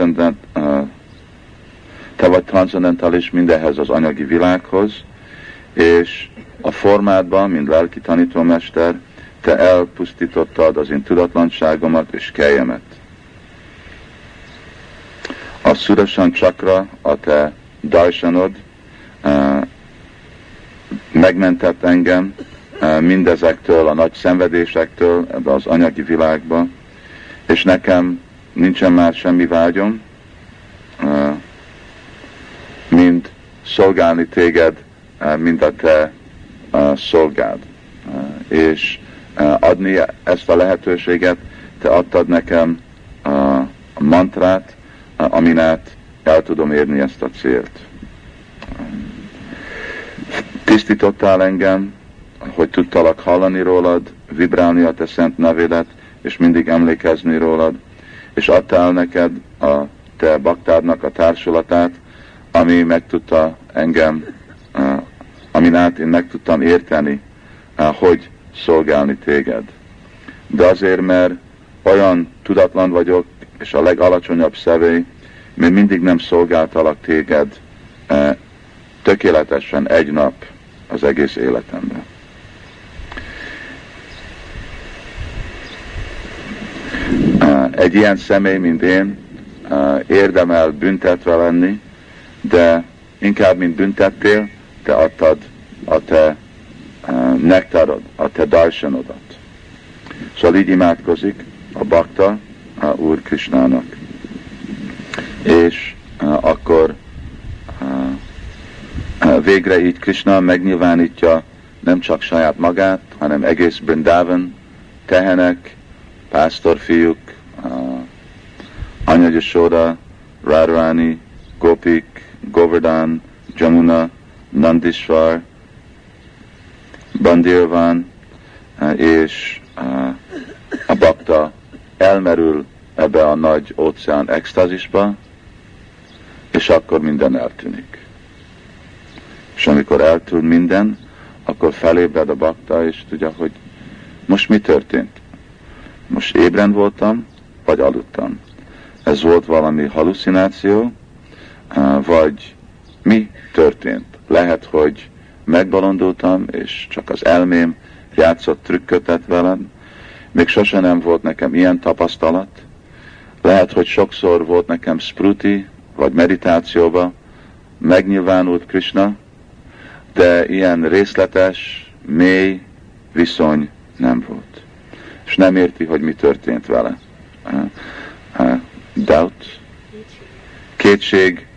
transzendentális mindenhez az anyagi világhoz, és a formádban, mint lelki tanítómester, te elpusztítottad az én tudatlanságomat és kelyemet. A Sudarshan Chakra, a te darshanod megmentett engem mindezektől a nagy szenvedésektől ebbe az anyagi világba, és nekem nincsen már semmi vágyom, mint szolgálni téged, mint a te szolgád. És adni ezt a lehetőséget, te adtad nekem a mantrát, amin át el tudom érni ezt a célt. Tisztítottál engem, hogy tudtalak hallani rólad, vibrálni a te szent nevédet, és mindig emlékezni rólad, és adtál neked a te baktádnak a társulatát, ami megtudta engem, amin át én meg tudtam érteni, hogy szolgálni téged. De azért, mert olyan tudatlan vagyok, és a legalacsonyabb személy, mert mindig nem szolgáltalak téged tökéletesen egy nap az egész életemben. Egy ilyen személy, mint én, érdemel büntetve lenni, de inkább, mint büntettél, te adtad a te nektarod, a te darshanodat. Szóval így imádkozik a bakta a Úr Krishnának. És akkor végre így Krishna megnyilvánítja nem csak saját magát, hanem egész Brindavan, tehenek, pásztorfiúk, Anya Yashoda, Radharani, Gopik, Govardhan, Jamuna, Nandishvar, Bandirvan, és a bakta elmerül ebbe a nagy óceán extázisba, és akkor minden eltűnik. És amikor eltűnt minden, akkor felébred a bakta, és tudja, hogy most mi történt. Most ébren voltam, vagy aludtam. Ez volt valami hallucináció, vagy mi történt. Lehet, hogy megbolondultam, és csak az elmém játszott trükkötet velem. Még sose nem volt nekem ilyen tapasztalat. Lehet, hogy sokszor volt nekem spruti, vagy meditációba megnyilvánult Krishna, de ilyen részletes, mély viszony nem volt. És nem érti, hogy mi történt vele. Doubt, kétség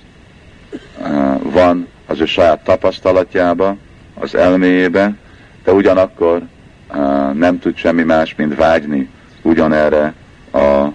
van az ő saját tapasztalatjába, az elméjébe, de ugyanakkor nem tud semmi más, mint vágyni ugyanerre a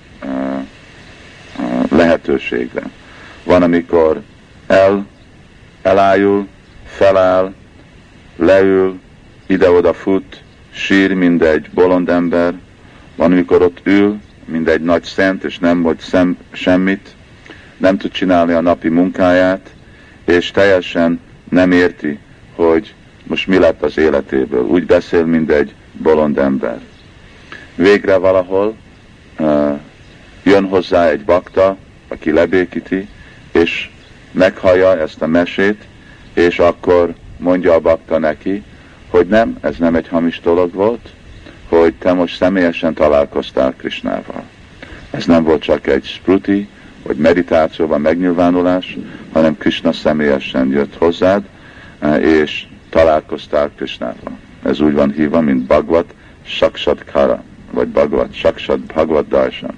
lehetőségre. Van, amikor elájul, feláll, leül, ide-oda fut, sír, mint egy bolond ember. Van, amikor ott ül, mint egy nagy szent, és nem mond semmit, nem tud csinálni a napi munkáját, és teljesen nem érti, hogy most mi lett az életéből. Úgy beszél, mint egy bolond ember. Végre valahol jön hozzá egy bakta, aki lebékíti, és meghallja ezt a mesét, és akkor mondja a bakta neki, hogy nem, ez nem egy hamis dolog volt, hogy te most személyesen találkoztál Krishnával. Ez nem volt csak egy spruti, vagy meditációban megnyilvánulás, hanem Krishna személyesen jött hozzád, és találkoztál Krishnával. Ez úgy van hívva, mint Bhagavad Sakshatkara, vagy Bhagavad Sakshat Bhagavad Darshan.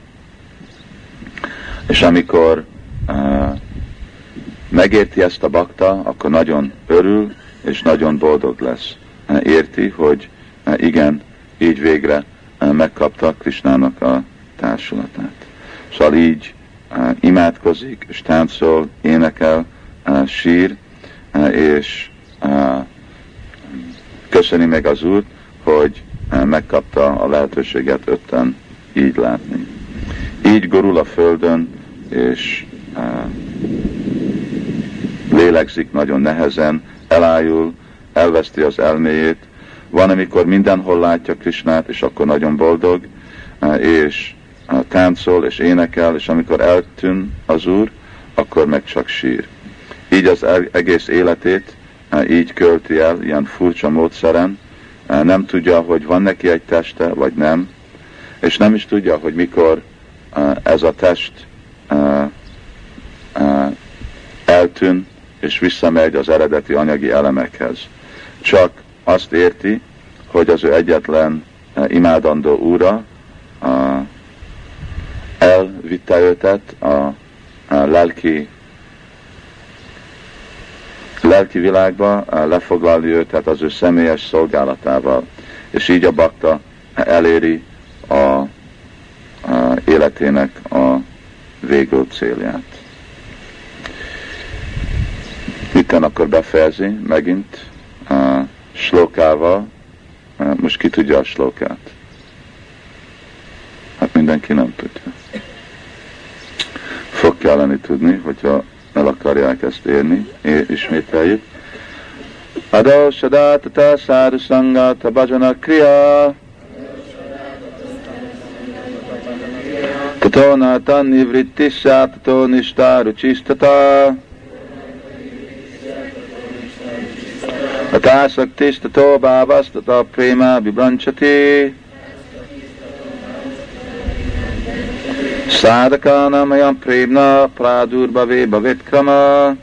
És amikor megérti ezt a bakta, akkor nagyon örül, és nagyon boldog lesz. Érti, hogy igen, így végre megkapta Krishnának a társulatát. Szóval így imádkozik, és táncol, énekel, sír, és köszöni meg az Úrt, hogy megkapta a lehetőséget ötten így látni. Így gurul a földön, és lélegzik nagyon nehezen, elájul, elveszti az elméjét. Van, amikor mindenhol látja Krishnát, és akkor nagyon boldog, és táncol és énekel, és amikor eltűn az Úr, akkor meg csak sír. Így az egész életét így költi el, ilyen furcsa módszeren, nem tudja, hogy van neki egy teste, vagy nem, és nem is tudja, hogy mikor ez a test eltűn, és visszamegy az eredeti anyagi elemekhez. Csak azt érti, hogy az ő egyetlen imádandó Úra elvitte őtet a lelki világba, lefoglalni őtet az ő személyes szolgálatával, és így a bakta eléri a életének a végül célját. Itten akkor befejezi megint slokával. Most ki tudja a slokát? Hát mindenki nem tudja. Fog kelleni tudni, hogyha el akarják ezt érni. Ismételjük. Ado sadátata szádu szangata bhajana kriya tato nata nivrittissa tato nishtaru chistata Atásaktis tato bhavas tato prema vibranchati Sadhakana mayam premna pradurbhave bhavetkrama.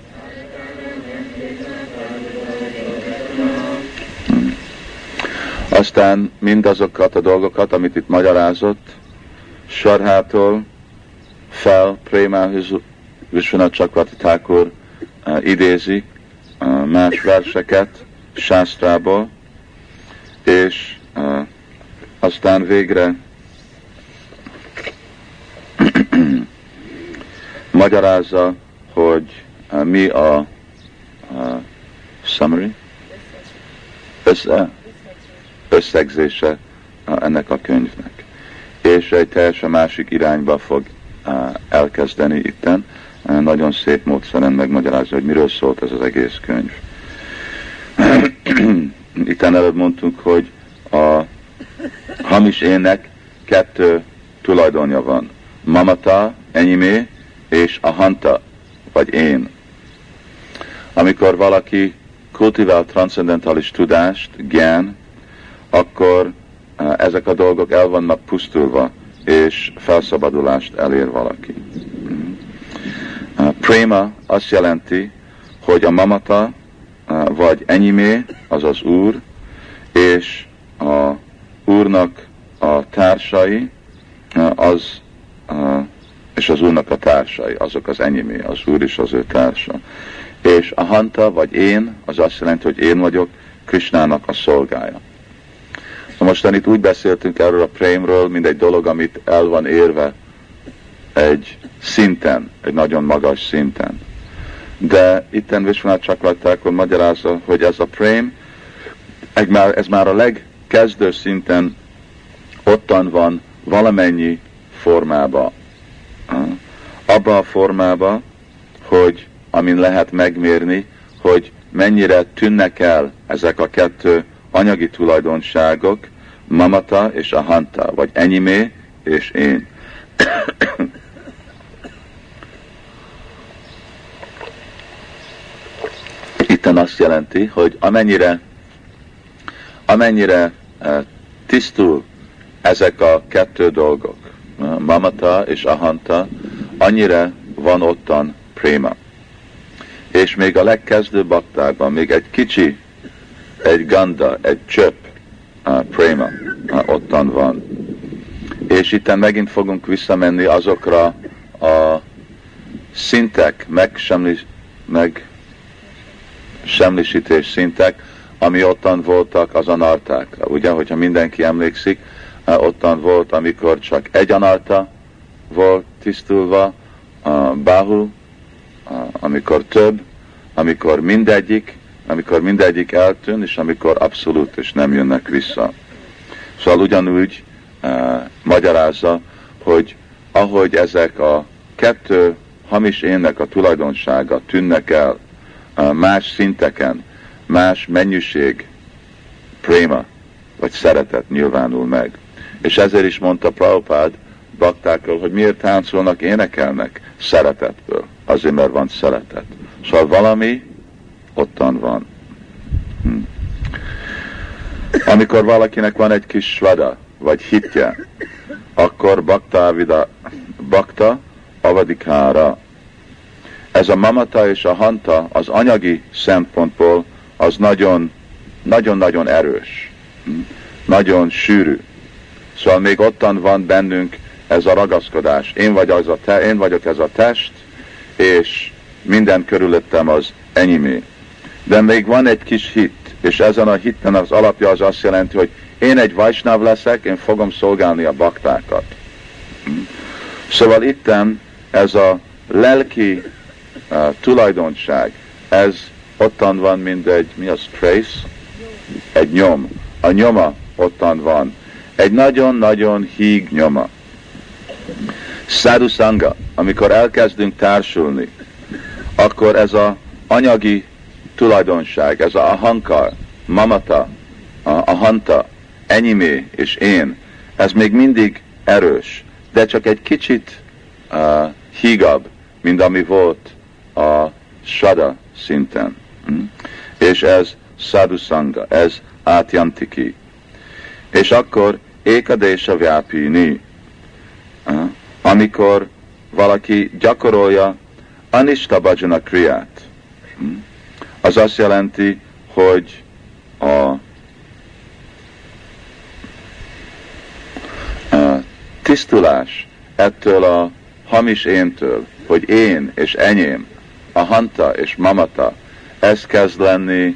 Aztán mindazokat a dolgokat, amit itt magyarázott, Sarhától fel Prémához Vishwanath Chakravarti Thakur idézi más verseket sásztrából, és aztán végre magyarázza, hogy mi a summary, összegzése ennek a könyvnek. És egy teljesen másik irányba fog elkezdeni itten. Nagyon szép módszeren megmagyarázza, hogy miről szólt ez az egész könyv. Itten előbb mondtuk, hogy a hamis énnek 2 tulajdonja van. Mamata, enyémé, és ahanta, vagy én. Amikor valaki kultivál transzendentális tudást, gyán, akkor ezek a dolgok el vannak pusztulva, és felszabadulást elér valaki. Préma azt jelenti, hogy a mamata, vagy enyémé, az az Úr, és a Úrnak a társai, és az Úrnak a társai, azok az enyémé, az Úr és az ő társa. És a hanta, vagy én, az azt jelenti, hogy én vagyok Krishnának a szolgája. Mostan itt úgy beszéltünk erről a prémről, mint egy dolog, amit el van érve egy szinten, egy nagyon magas szinten. De itten Vishwanath Chakravarti Thakur magyarázza, hogy ez a prém, ez már a legkezdő szinten ottan van valamennyi formában. Abban a formában, hogy amin lehet megmérni, hogy mennyire tűnnek el ezek a 2 anyagi tulajdonságok, mamata és ahanta, vagy enyémé és én. Itten azt jelenti, hogy amennyire tisztul ezek a 2 dolgok, mamata és ahanta, annyira van ottan préma. És még a legkezdő baktákban, még egy kicsi, egy ganda, egy csöpp préma ottan van. És itten megint fogunk visszamenni azokra a szintek, megsemmisítés szintek, ami ottan voltak az anarták. Ugye, hogyha mindenki emlékszik, ottan volt, amikor csak egy anarta volt tisztulva, bahu, amikor több, amikor mindegyik eltűn, és amikor abszolút, és nem jönnek vissza. Szóval ugyanúgy magyarázza, hogy ahogy ezek a 2 hamis énnek a tulajdonsága tűnnek el más szinteken, más mennyiség, préma, vagy szeretet nyilvánul meg. És ezért is mondta Prabhupád baktákkal, hogy miért táncolnak, énekelnek szeretetből. Azért, mert van szeretet. Szóval valami ottan van. Amikor valakinek van egy kis svada, vagy hitje, akkor bakta avadikára. Ez a mamata és a hanta az anyagi szempontból az nagyon-nagyon erős, nagyon sűrű. Szóval még ottan van bennünk ez a ragaszkodás. Én vagyok ez a test, és minden körülöttem az enyémé. De még van egy kis hit, és ezen a hitten az alapja az azt jelenti, hogy én egy vajsnáv leszek, én fogom szolgálni a baktákat. Szóval itten ez a lelki tulajdonság, ez ottan van, mint egy, mi az, trace? Egy nyom. A nyoma ottan van. Egy nagyon-nagyon híg nyoma. Sadhusanga, amikor elkezdünk társulni, akkor ez a anyagi tulajdonság, ez a hankar, mamata, a hanta, enyémé és én, ez még mindig erős, de csak egy kicsit hígabb, mint ami volt a sada szinten. És ez sadhusanga, ez átjantiki. És akkor ékadésa vyápini, amikor valaki gyakorolja anista bhajana kriyát, az azt jelenti, hogy a tisztulás ettől a hamis éntől, hogy én és enyém, a hanta és mamata, ez kezd lenni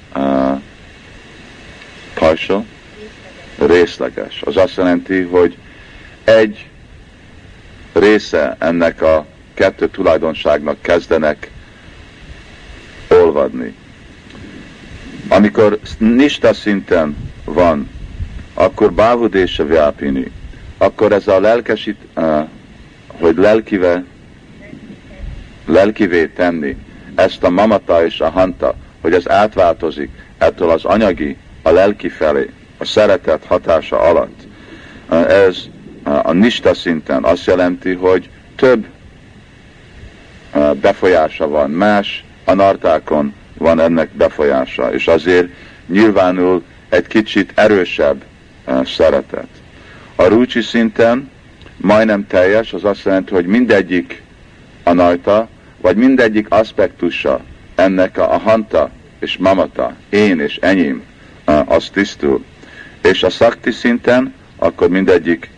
partial, részleges. Az azt jelenti, hogy egy része ennek a kettő tulajdonságnak kezdenek olvadni. Amikor nista szinten van, akkor bávudése vyápini, akkor ez a lelkesít, hogy lelkivé tenni ezt a mamata és a hanta, hogy ez átváltozik ettől az anyagi a lelki felé, a szeretet hatása alatt. Ez a nista szinten azt jelenti, hogy több befolyása van, más anartákon van ennek befolyása, és azért nyilvánul egy kicsit erősebb szeretet. A rucsi szinten majdnem teljes, az azt jelenti, hogy mindegyik anarta, vagy mindegyik aspektusa ennek a hanta és mamata, én és enyém, az tisztul. És a szakti szinten, akkor mindegyik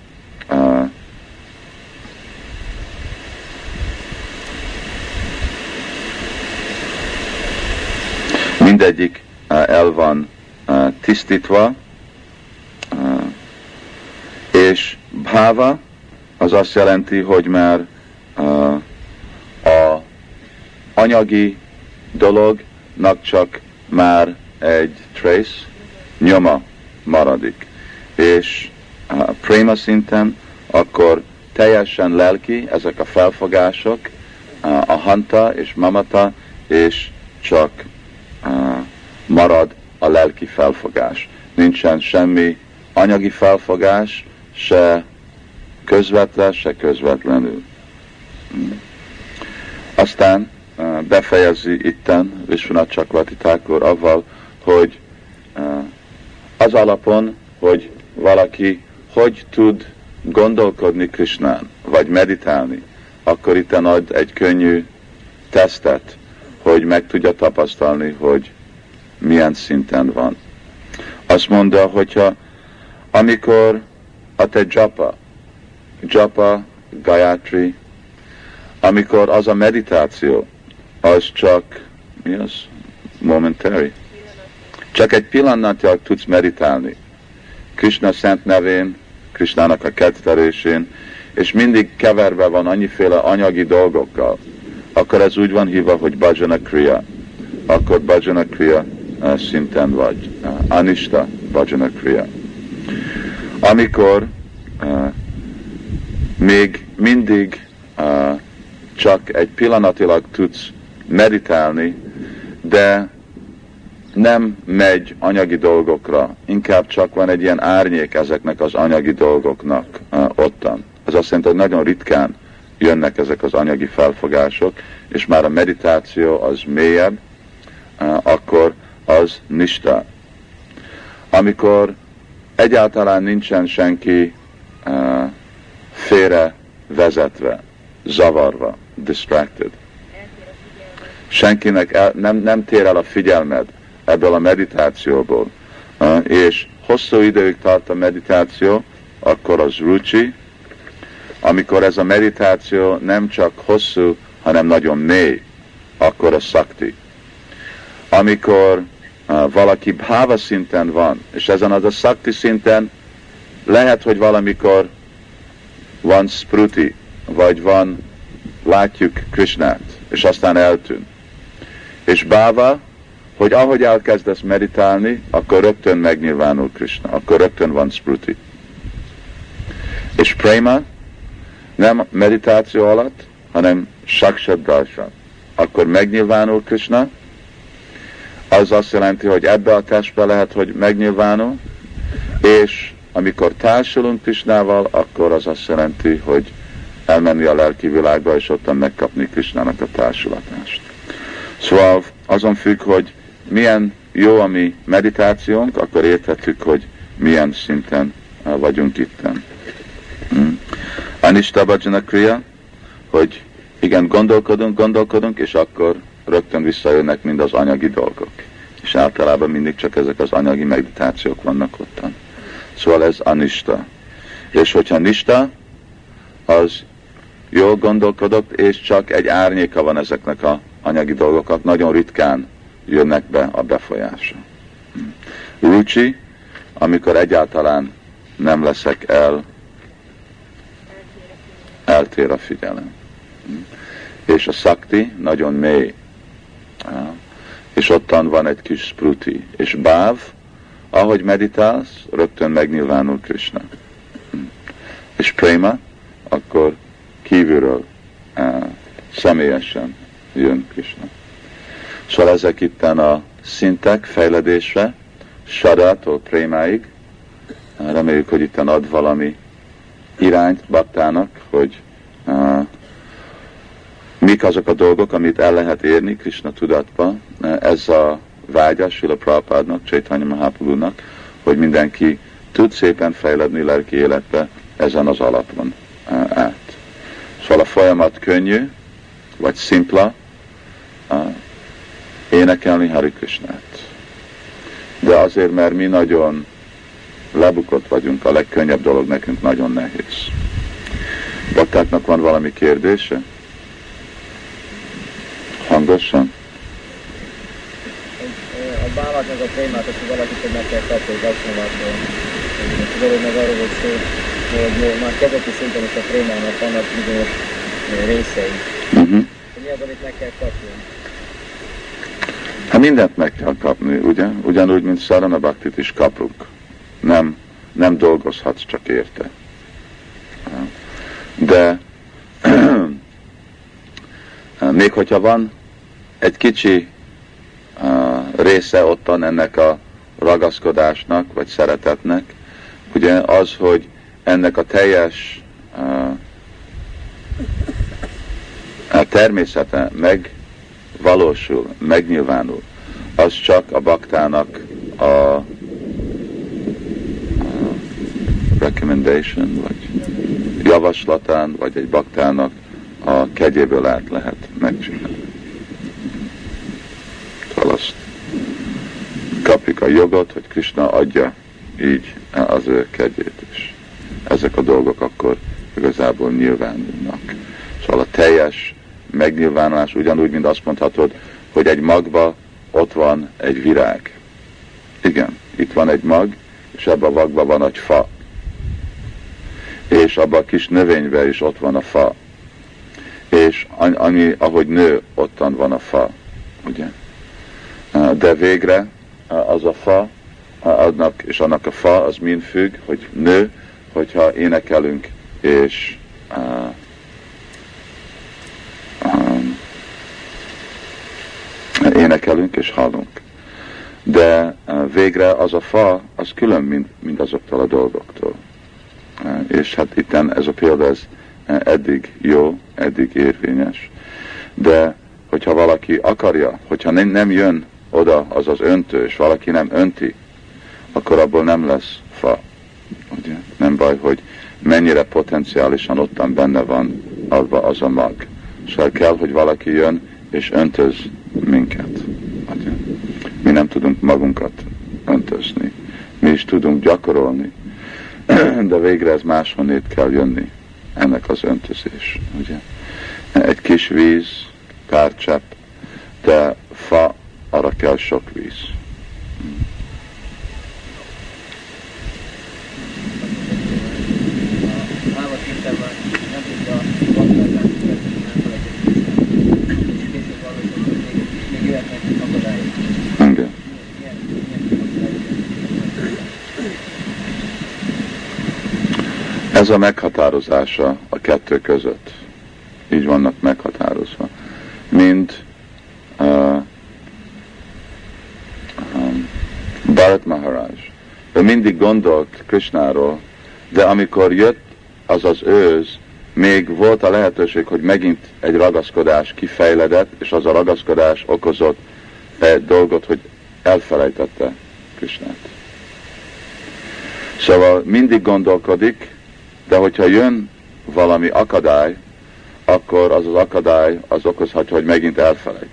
el van tisztítva, és bhava az azt jelenti, hogy már a anyagi dolognak csak már egy trace, nyoma maradik. És prema szinten akkor teljesen lelki ezek a felfogások, a hanta és mamata, és csak marad a lelki felfogás. Nincsen semmi anyagi felfogás, se közvetlen, se közvetlenül. Aztán befejezi itten Vishwanath Chakravarti Thakur avval, hogy az alapon, hogy valaki hogy tud gondolkodni Krishnán, vagy meditálni, akkor itten ad egy könnyű tesztet, hogy meg tudja tapasztalni, hogy milyen szinten van. Azt mondja, hogyha amikor a te japa, gayatri, amikor az a meditáció, az csak, mi az? Momentary. Csak egy pillanatnyilag tudsz meditálni. Krishna szent nevén, Krishnának a kedvelésén, és mindig keverve van annyiféle anyagi dolgokkal, akkor ez úgy van hívva, hogy bhajana kriya. Akkor bhajana kriya szinten vagy. Anista bhajana kriya. Amikor még mindig csak egy pillanatilag tudsz meditálni, de nem megy anyagi dolgokra, inkább csak van egy ilyen árnyék ezeknek az anyagi dolgoknak ottan. az azt jelenti, hogy nagyon ritkán jönnek ezek az anyagi felfogások, és már a meditáció az mélyebb, akkor az nista. Amikor egyáltalán nincsen senki félre vezetve, zavarva, distracted. Senkinek nem tér el a figyelmed ebből a meditációból, és hosszú időig tart a meditáció, akkor az rucsi. Amikor ez a meditáció nem csak hosszú, hanem nagyon mély, akkor a szakti. Amikor valaki bhava szinten van, és ezen az a szakti szinten lehet, hogy valamikor van spruti, vagy látjuk Krishnát, és aztán eltűn. És bhava, hogy ahogy elkezdesz meditálni, akkor rögtön megnyilvánul Krishna, akkor rögtön van spruti. És prema nem meditáció alatt, hanem sakshat darshan. Akkor megnyilvánul Krishna, az azt jelenti, hogy ebbe a testbe lehet, hogy megnyilvánul, és amikor társulunk Krishnával, akkor az azt jelenti, hogy elmenni a lelki világba, és ottan megkapni Krishnának a társulatást. Szóval azon függ, hogy milyen jó a mi meditációnk, akkor érthetjük, hogy milyen szinten vagyunk itten. Anishta bhajana kriya, hogy igen, gondolkodunk, és akkor rögtön visszajönnek mind az anyagi dolgok. És általában mindig csak ezek az anyagi meditációk vannak ottan. Szóval ez anishta. És hogyha nishta, az jól gondolkodott, és csak egy árnyéka van ezeknek az anyagi dolgokat, nagyon ritkán jönnek be a befolyása. Rucsi, amikor egyáltalán nem leszek eltér a figyelem. És a szakti nagyon mély. És ottan van egy kis spruti. És báv, ahogy meditálsz, rögtön megnyilvánul Krishna. És prema, akkor kívülről személyesen jön Krishna. Szóval ezek itten a szintek fejledésre, Sadától prémáig. Reméljük, hogy itten ad valami irányt baktának, hogy mik azok a dolgok, amit el lehet érni Krishna tudatba. Ez a vágya Srila Prabhupádnak, Chaitanya Mahaprabhunak, hogy mindenki tud szépen fejledni lelki életbe ezen az alapon át. Szóval a folyamat könnyű, vagy szimpla, énekelni Hari Krishnát. De azért, mert mi nagyon lebukott vagyunk, a legkönnyebb dolog nekünk nagyon nehéz. Baktáknak van valami kérdése? Hangosan? A bálaknak a prémát, azt valakit meg kell kapni, hogy Daksinamáktól. Az előbb meg arról volt szó, hogy már kezdeti szinten is a prémának vannak bizonyos részei. Mi az, amit meg kell kapni? Hát mindent meg kell kapni, ugye? Ugyanúgy, mint Sarana Bhaktit is kapunk. Nem dolgozhatsz csak érte. De még hogyha van egy kicsi része ottan ennek a ragaszkodásnak, vagy szeretetnek, ugye az, hogy ennek a teljes természete megvalósul, megnyilvánul, az csak a baktának a recommendation, vagy javaslatán, vagy egy baktának a kegyéből át lehet megcsinálni. Szóval azt kapjuk a jogot, hogy Krishna adja így az ő kegyét is. Ezek a dolgok akkor igazából nyilvánulnak. Szóval a teljes megnyilvánulás ugyanúgy, mint azt mondhatod, hogy egy magba ott van egy virág. Igen, itt van egy mag, és ebben a magban van egy fa. És abban a kis növényben is ott van a fa. És ahogy nő, ottan van a fa. Ugye? De végre az a fa, annak a fa, az mind függ, hogy nő, hogyha énekelünk, és énekelünk, és hallunk. De végre az a fa, az külön, mint azoktól a dolgoktól. És hát itten ez a példa ez eddig jó, eddig érvényes. De hogyha valaki akarja, hogyha nem jön oda az az öntő, és valaki nem önti, akkor abból nem lesz fa. Ugye? Nem baj, hogy mennyire potenciálisan ottan benne van abba az a mag. Szóval kell, hogy valaki jön és öntöz minket. Ugye? Mi nem tudunk magunkat öntözni. Mi is tudunk gyakorolni, de végre ez máshonnét kell jönni, ennek az öntözés. Ugye? Egy kis víz, pár csepp, de fa, arra kell sok víz. Igen. Ez a meghatározása a kettő között. Így vannak meghatározva. Mind Bharat Maharaj. Ő mindig gondolt Krishnáról, de amikor jött az az ősz, még volt a lehetőség, hogy megint egy ragaszkodás kifejledett, és az a ragaszkodás okozott egy dolgot, hogy elfelejtette Krishnát. Szóval mindig gondolkodik, de hogyha jön valami akadály, akkor az az akadály az okozhatja, hogy megint elfelejt.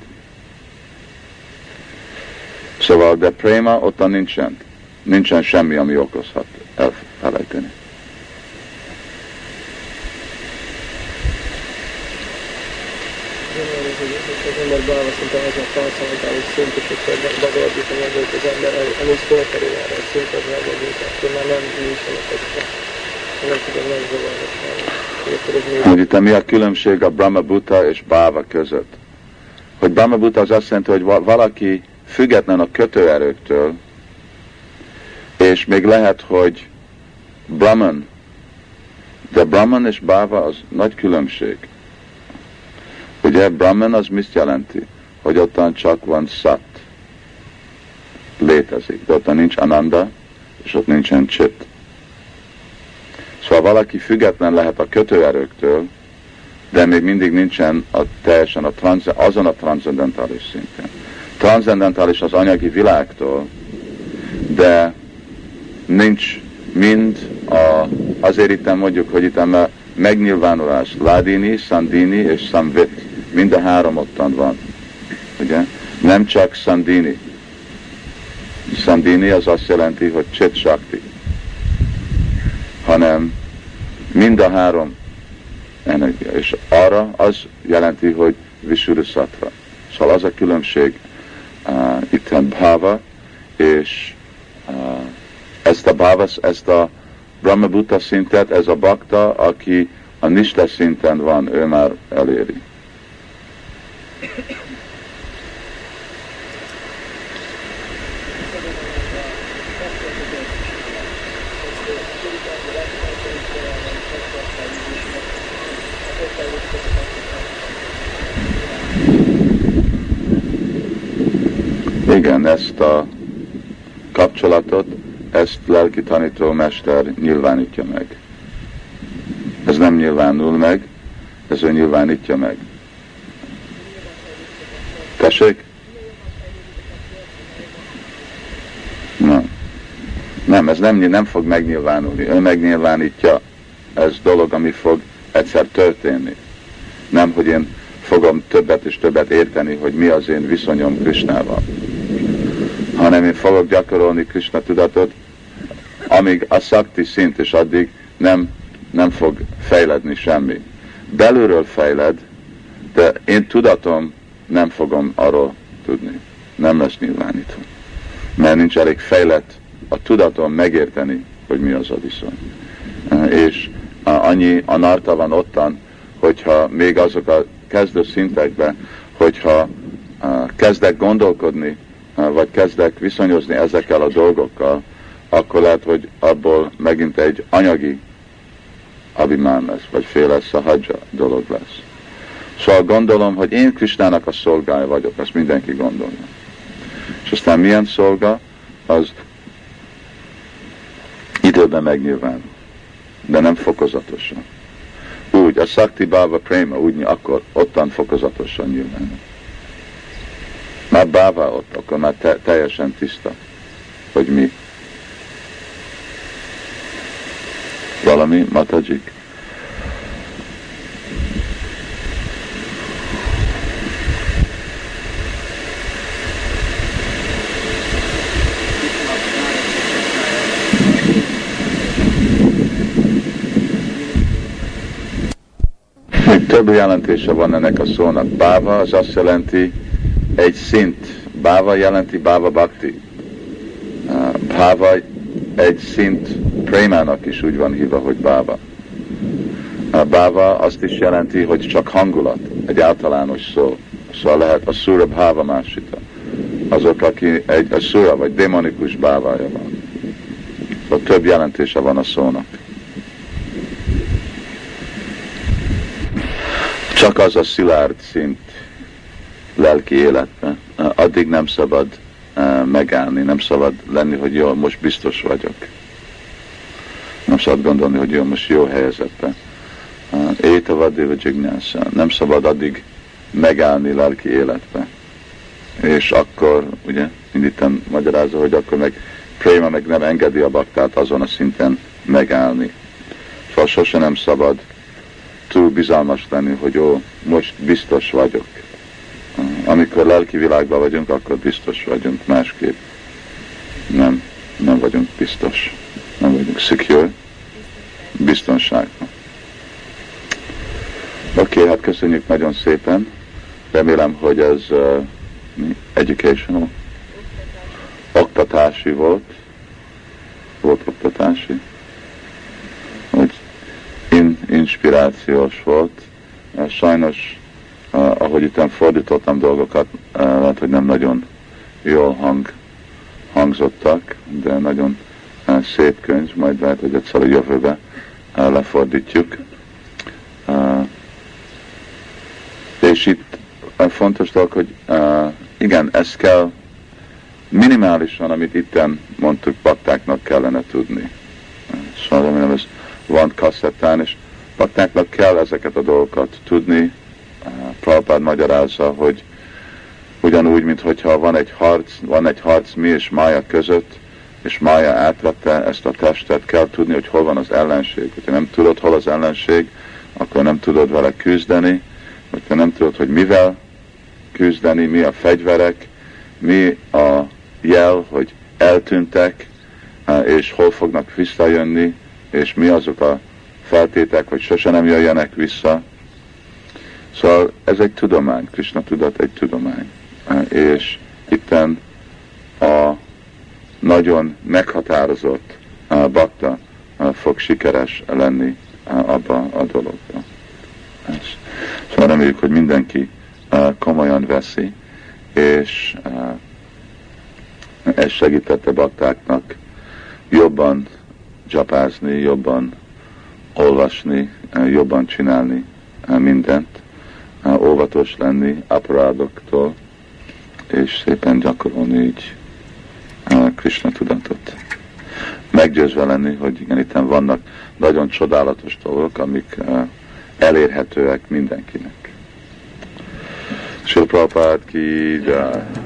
Szóval, de préma ottan nincsen semmi, ami okozhat elfelejteni. Az ember bálva szinte az a transzcendentális szint, és akkor Bhagavad-gita mondja, hogy az ember elész fölkerül erre a szintet megmondjuk, akkor már nem nincsenek ezek. Nem tudom megzavarni. Hogy itt mi a különbség a Brahma Bhuta és Bhava között? Hogy Brahma Bhuta az azt jelenti, hogy valaki független a kötőerőktől, és még lehet, hogy Brahman, de Brahman és Bhava az nagy különbség. Ugye Brahman az mit jelenti? Hogy ottan csak van Sat. Létezik. De ottan nincs Ananda, és ott nincsen Chit. Szóval valaki független lehet a kötőerőktől, de még mindig nincsen teljesen azon a transzendentális szinten. Transzendentális az anyagi világtól, de nincs mind azért itt mondjuk, hogy itt a megnyilvánulás, Ladini, Sandini és Samvit. Mind a három ottan van. Ugye? Nem csak Sandini. Sandini az azt jelenti, hogy Chit Shakti. Hanem mind a három energia. És arra az jelenti, hogy Visuddhisattva. Szóval az a különbség itten Bhava, és ezt a Bhava, ezt a Brahma Bhuta szintet, ez a Bhakta, aki a Nishta szinten van, ő már eléri. Igen, ezt a kapcsolatot, ezt lelki tanítómester nyilvánítja meg. Ez nem nyilvánul meg, ez ő nyilvánítja meg. Tessék? Nem, ez nem fog megnyilvánulni. Ő megnyilvánítja. Ez dolog, ami fog egyszer történni. Nem, hogy én fogom többet és többet érteni, hogy mi az én viszonyom Krishnával. Hanem én fogok gyakorolni Krishna tudatot, amíg a szakti szint, és addig nem fog fejledni semmi. Belülről fejled, de én tudatom nem fogom arról tudni. Nem lesz nyilvánítva. Mert nincs elég fejlett a tudatom megérteni, hogy mi az a viszony. És annyi anarta van ottan, hogyha még azok a kezdő szintekben, hogyha kezdek gondolkodni, vagy kezdek viszonyozni ezekkel a dolgokkal, akkor lehet, hogy abból megint egy anyagi abhimán lesz, vagy féle sahadzsa dolog lesz. Szóval gondolom, hogy én Krisnának a szolgája vagyok, ezt mindenki gondolja. És aztán milyen szolga, az időben megnyilvánul. de nem fokozatosan. Úgy, a Sakti Bhava Prema úgy, akkor ottan fokozatosan nyilvánul. Már Bhava ott, akkor már teljesen tiszta, hogy mi. Valami, Matajik? Több jelentése van ennek a szónak. Bhava az azt jelenti egy szint. Bhava jelenti Bhava Bhakti. Bhava egy szint, prémának is úgy van hívva, hogy Bhava. Bhava azt is jelenti, hogy csak hangulat, egy általános szó. Szóval lehet a Sura Bhava másita. Azok, aki egy Asura vagy démonikus bávája van. Szóval több jelentése van a szónak. Csak az a szilárd szint lelki életben. Addig nem szabad megállni, nem szabad lenni, hogy jó, most biztos vagyok. Nem szabad gondolni, hogy jó, most jó helyzetben. Étavadéva Jignása. Nem szabad addig megállni lelki életbe. És akkor, ugye, indítan magyarázza, hogy akkor meg préma meg nem engedi a baktát azon a szinten megállni. Szóval sose nem szabad túl bizalmas lenni, hogy ó, most biztos vagyok. Amikor lelki világban vagyunk, akkor biztos vagyunk, másképp nem vagyunk biztos. Nem vagyunk secure, biztonságban. Oké, hát köszönjük nagyon szépen. Remélem, hogy ez educational. Oktatási volt. Volt oktatási. Hogy inspirációs volt. Sajnos, ahogy itt fordítottam dolgokat, lehet, hogy nem nagyon jól hangzottak, de nagyon szép könyv, majd lehet, hogy egyszer a jövőbe lefordítjuk. És itt fontos dolog, hogy igen, ezt kell minimálisan, amit itten mondtuk, baktáknak kellene tudni. Szóval remélem, ez van kaszettán, és baktáknak kell ezeket a dolgokat tudni. Prabhupád magyarázza, hogy ugyanúgy, mintha van egy harc mi és Mája között, és Mája átvette ezt a testet, kell tudni, hogy hol van az ellenség. Hogyha nem tudod, hol az ellenség, akkor nem tudod vele küzdeni, hogyha nem tudod, hogy mivel küzdeni, mi a fegyverek, mi a jel, hogy eltűntek, és hol fognak visszajönni, és mi azok a feltétek, hogy sose nem jöjjenek vissza. Szóval ez egy tudomány, Krishna tudat egy tudomány. És itten a nagyon meghatározott bakta fog sikeres lenni abba a dologba. Szóval reméljük, hogy mindenki komolyan veszi, és ez segítette baktáknak jobban dzsapázni, jobban olvasni, jobban csinálni mindent, óvatos lenni aparádoktól, és szépen gyakorolni így Krishna tudatot. Meggyőzve lenni, hogy igen, itt vannak nagyon csodálatos dolgok, amik elérhetőek mindenkinek. Srila Prabhupád ki jai.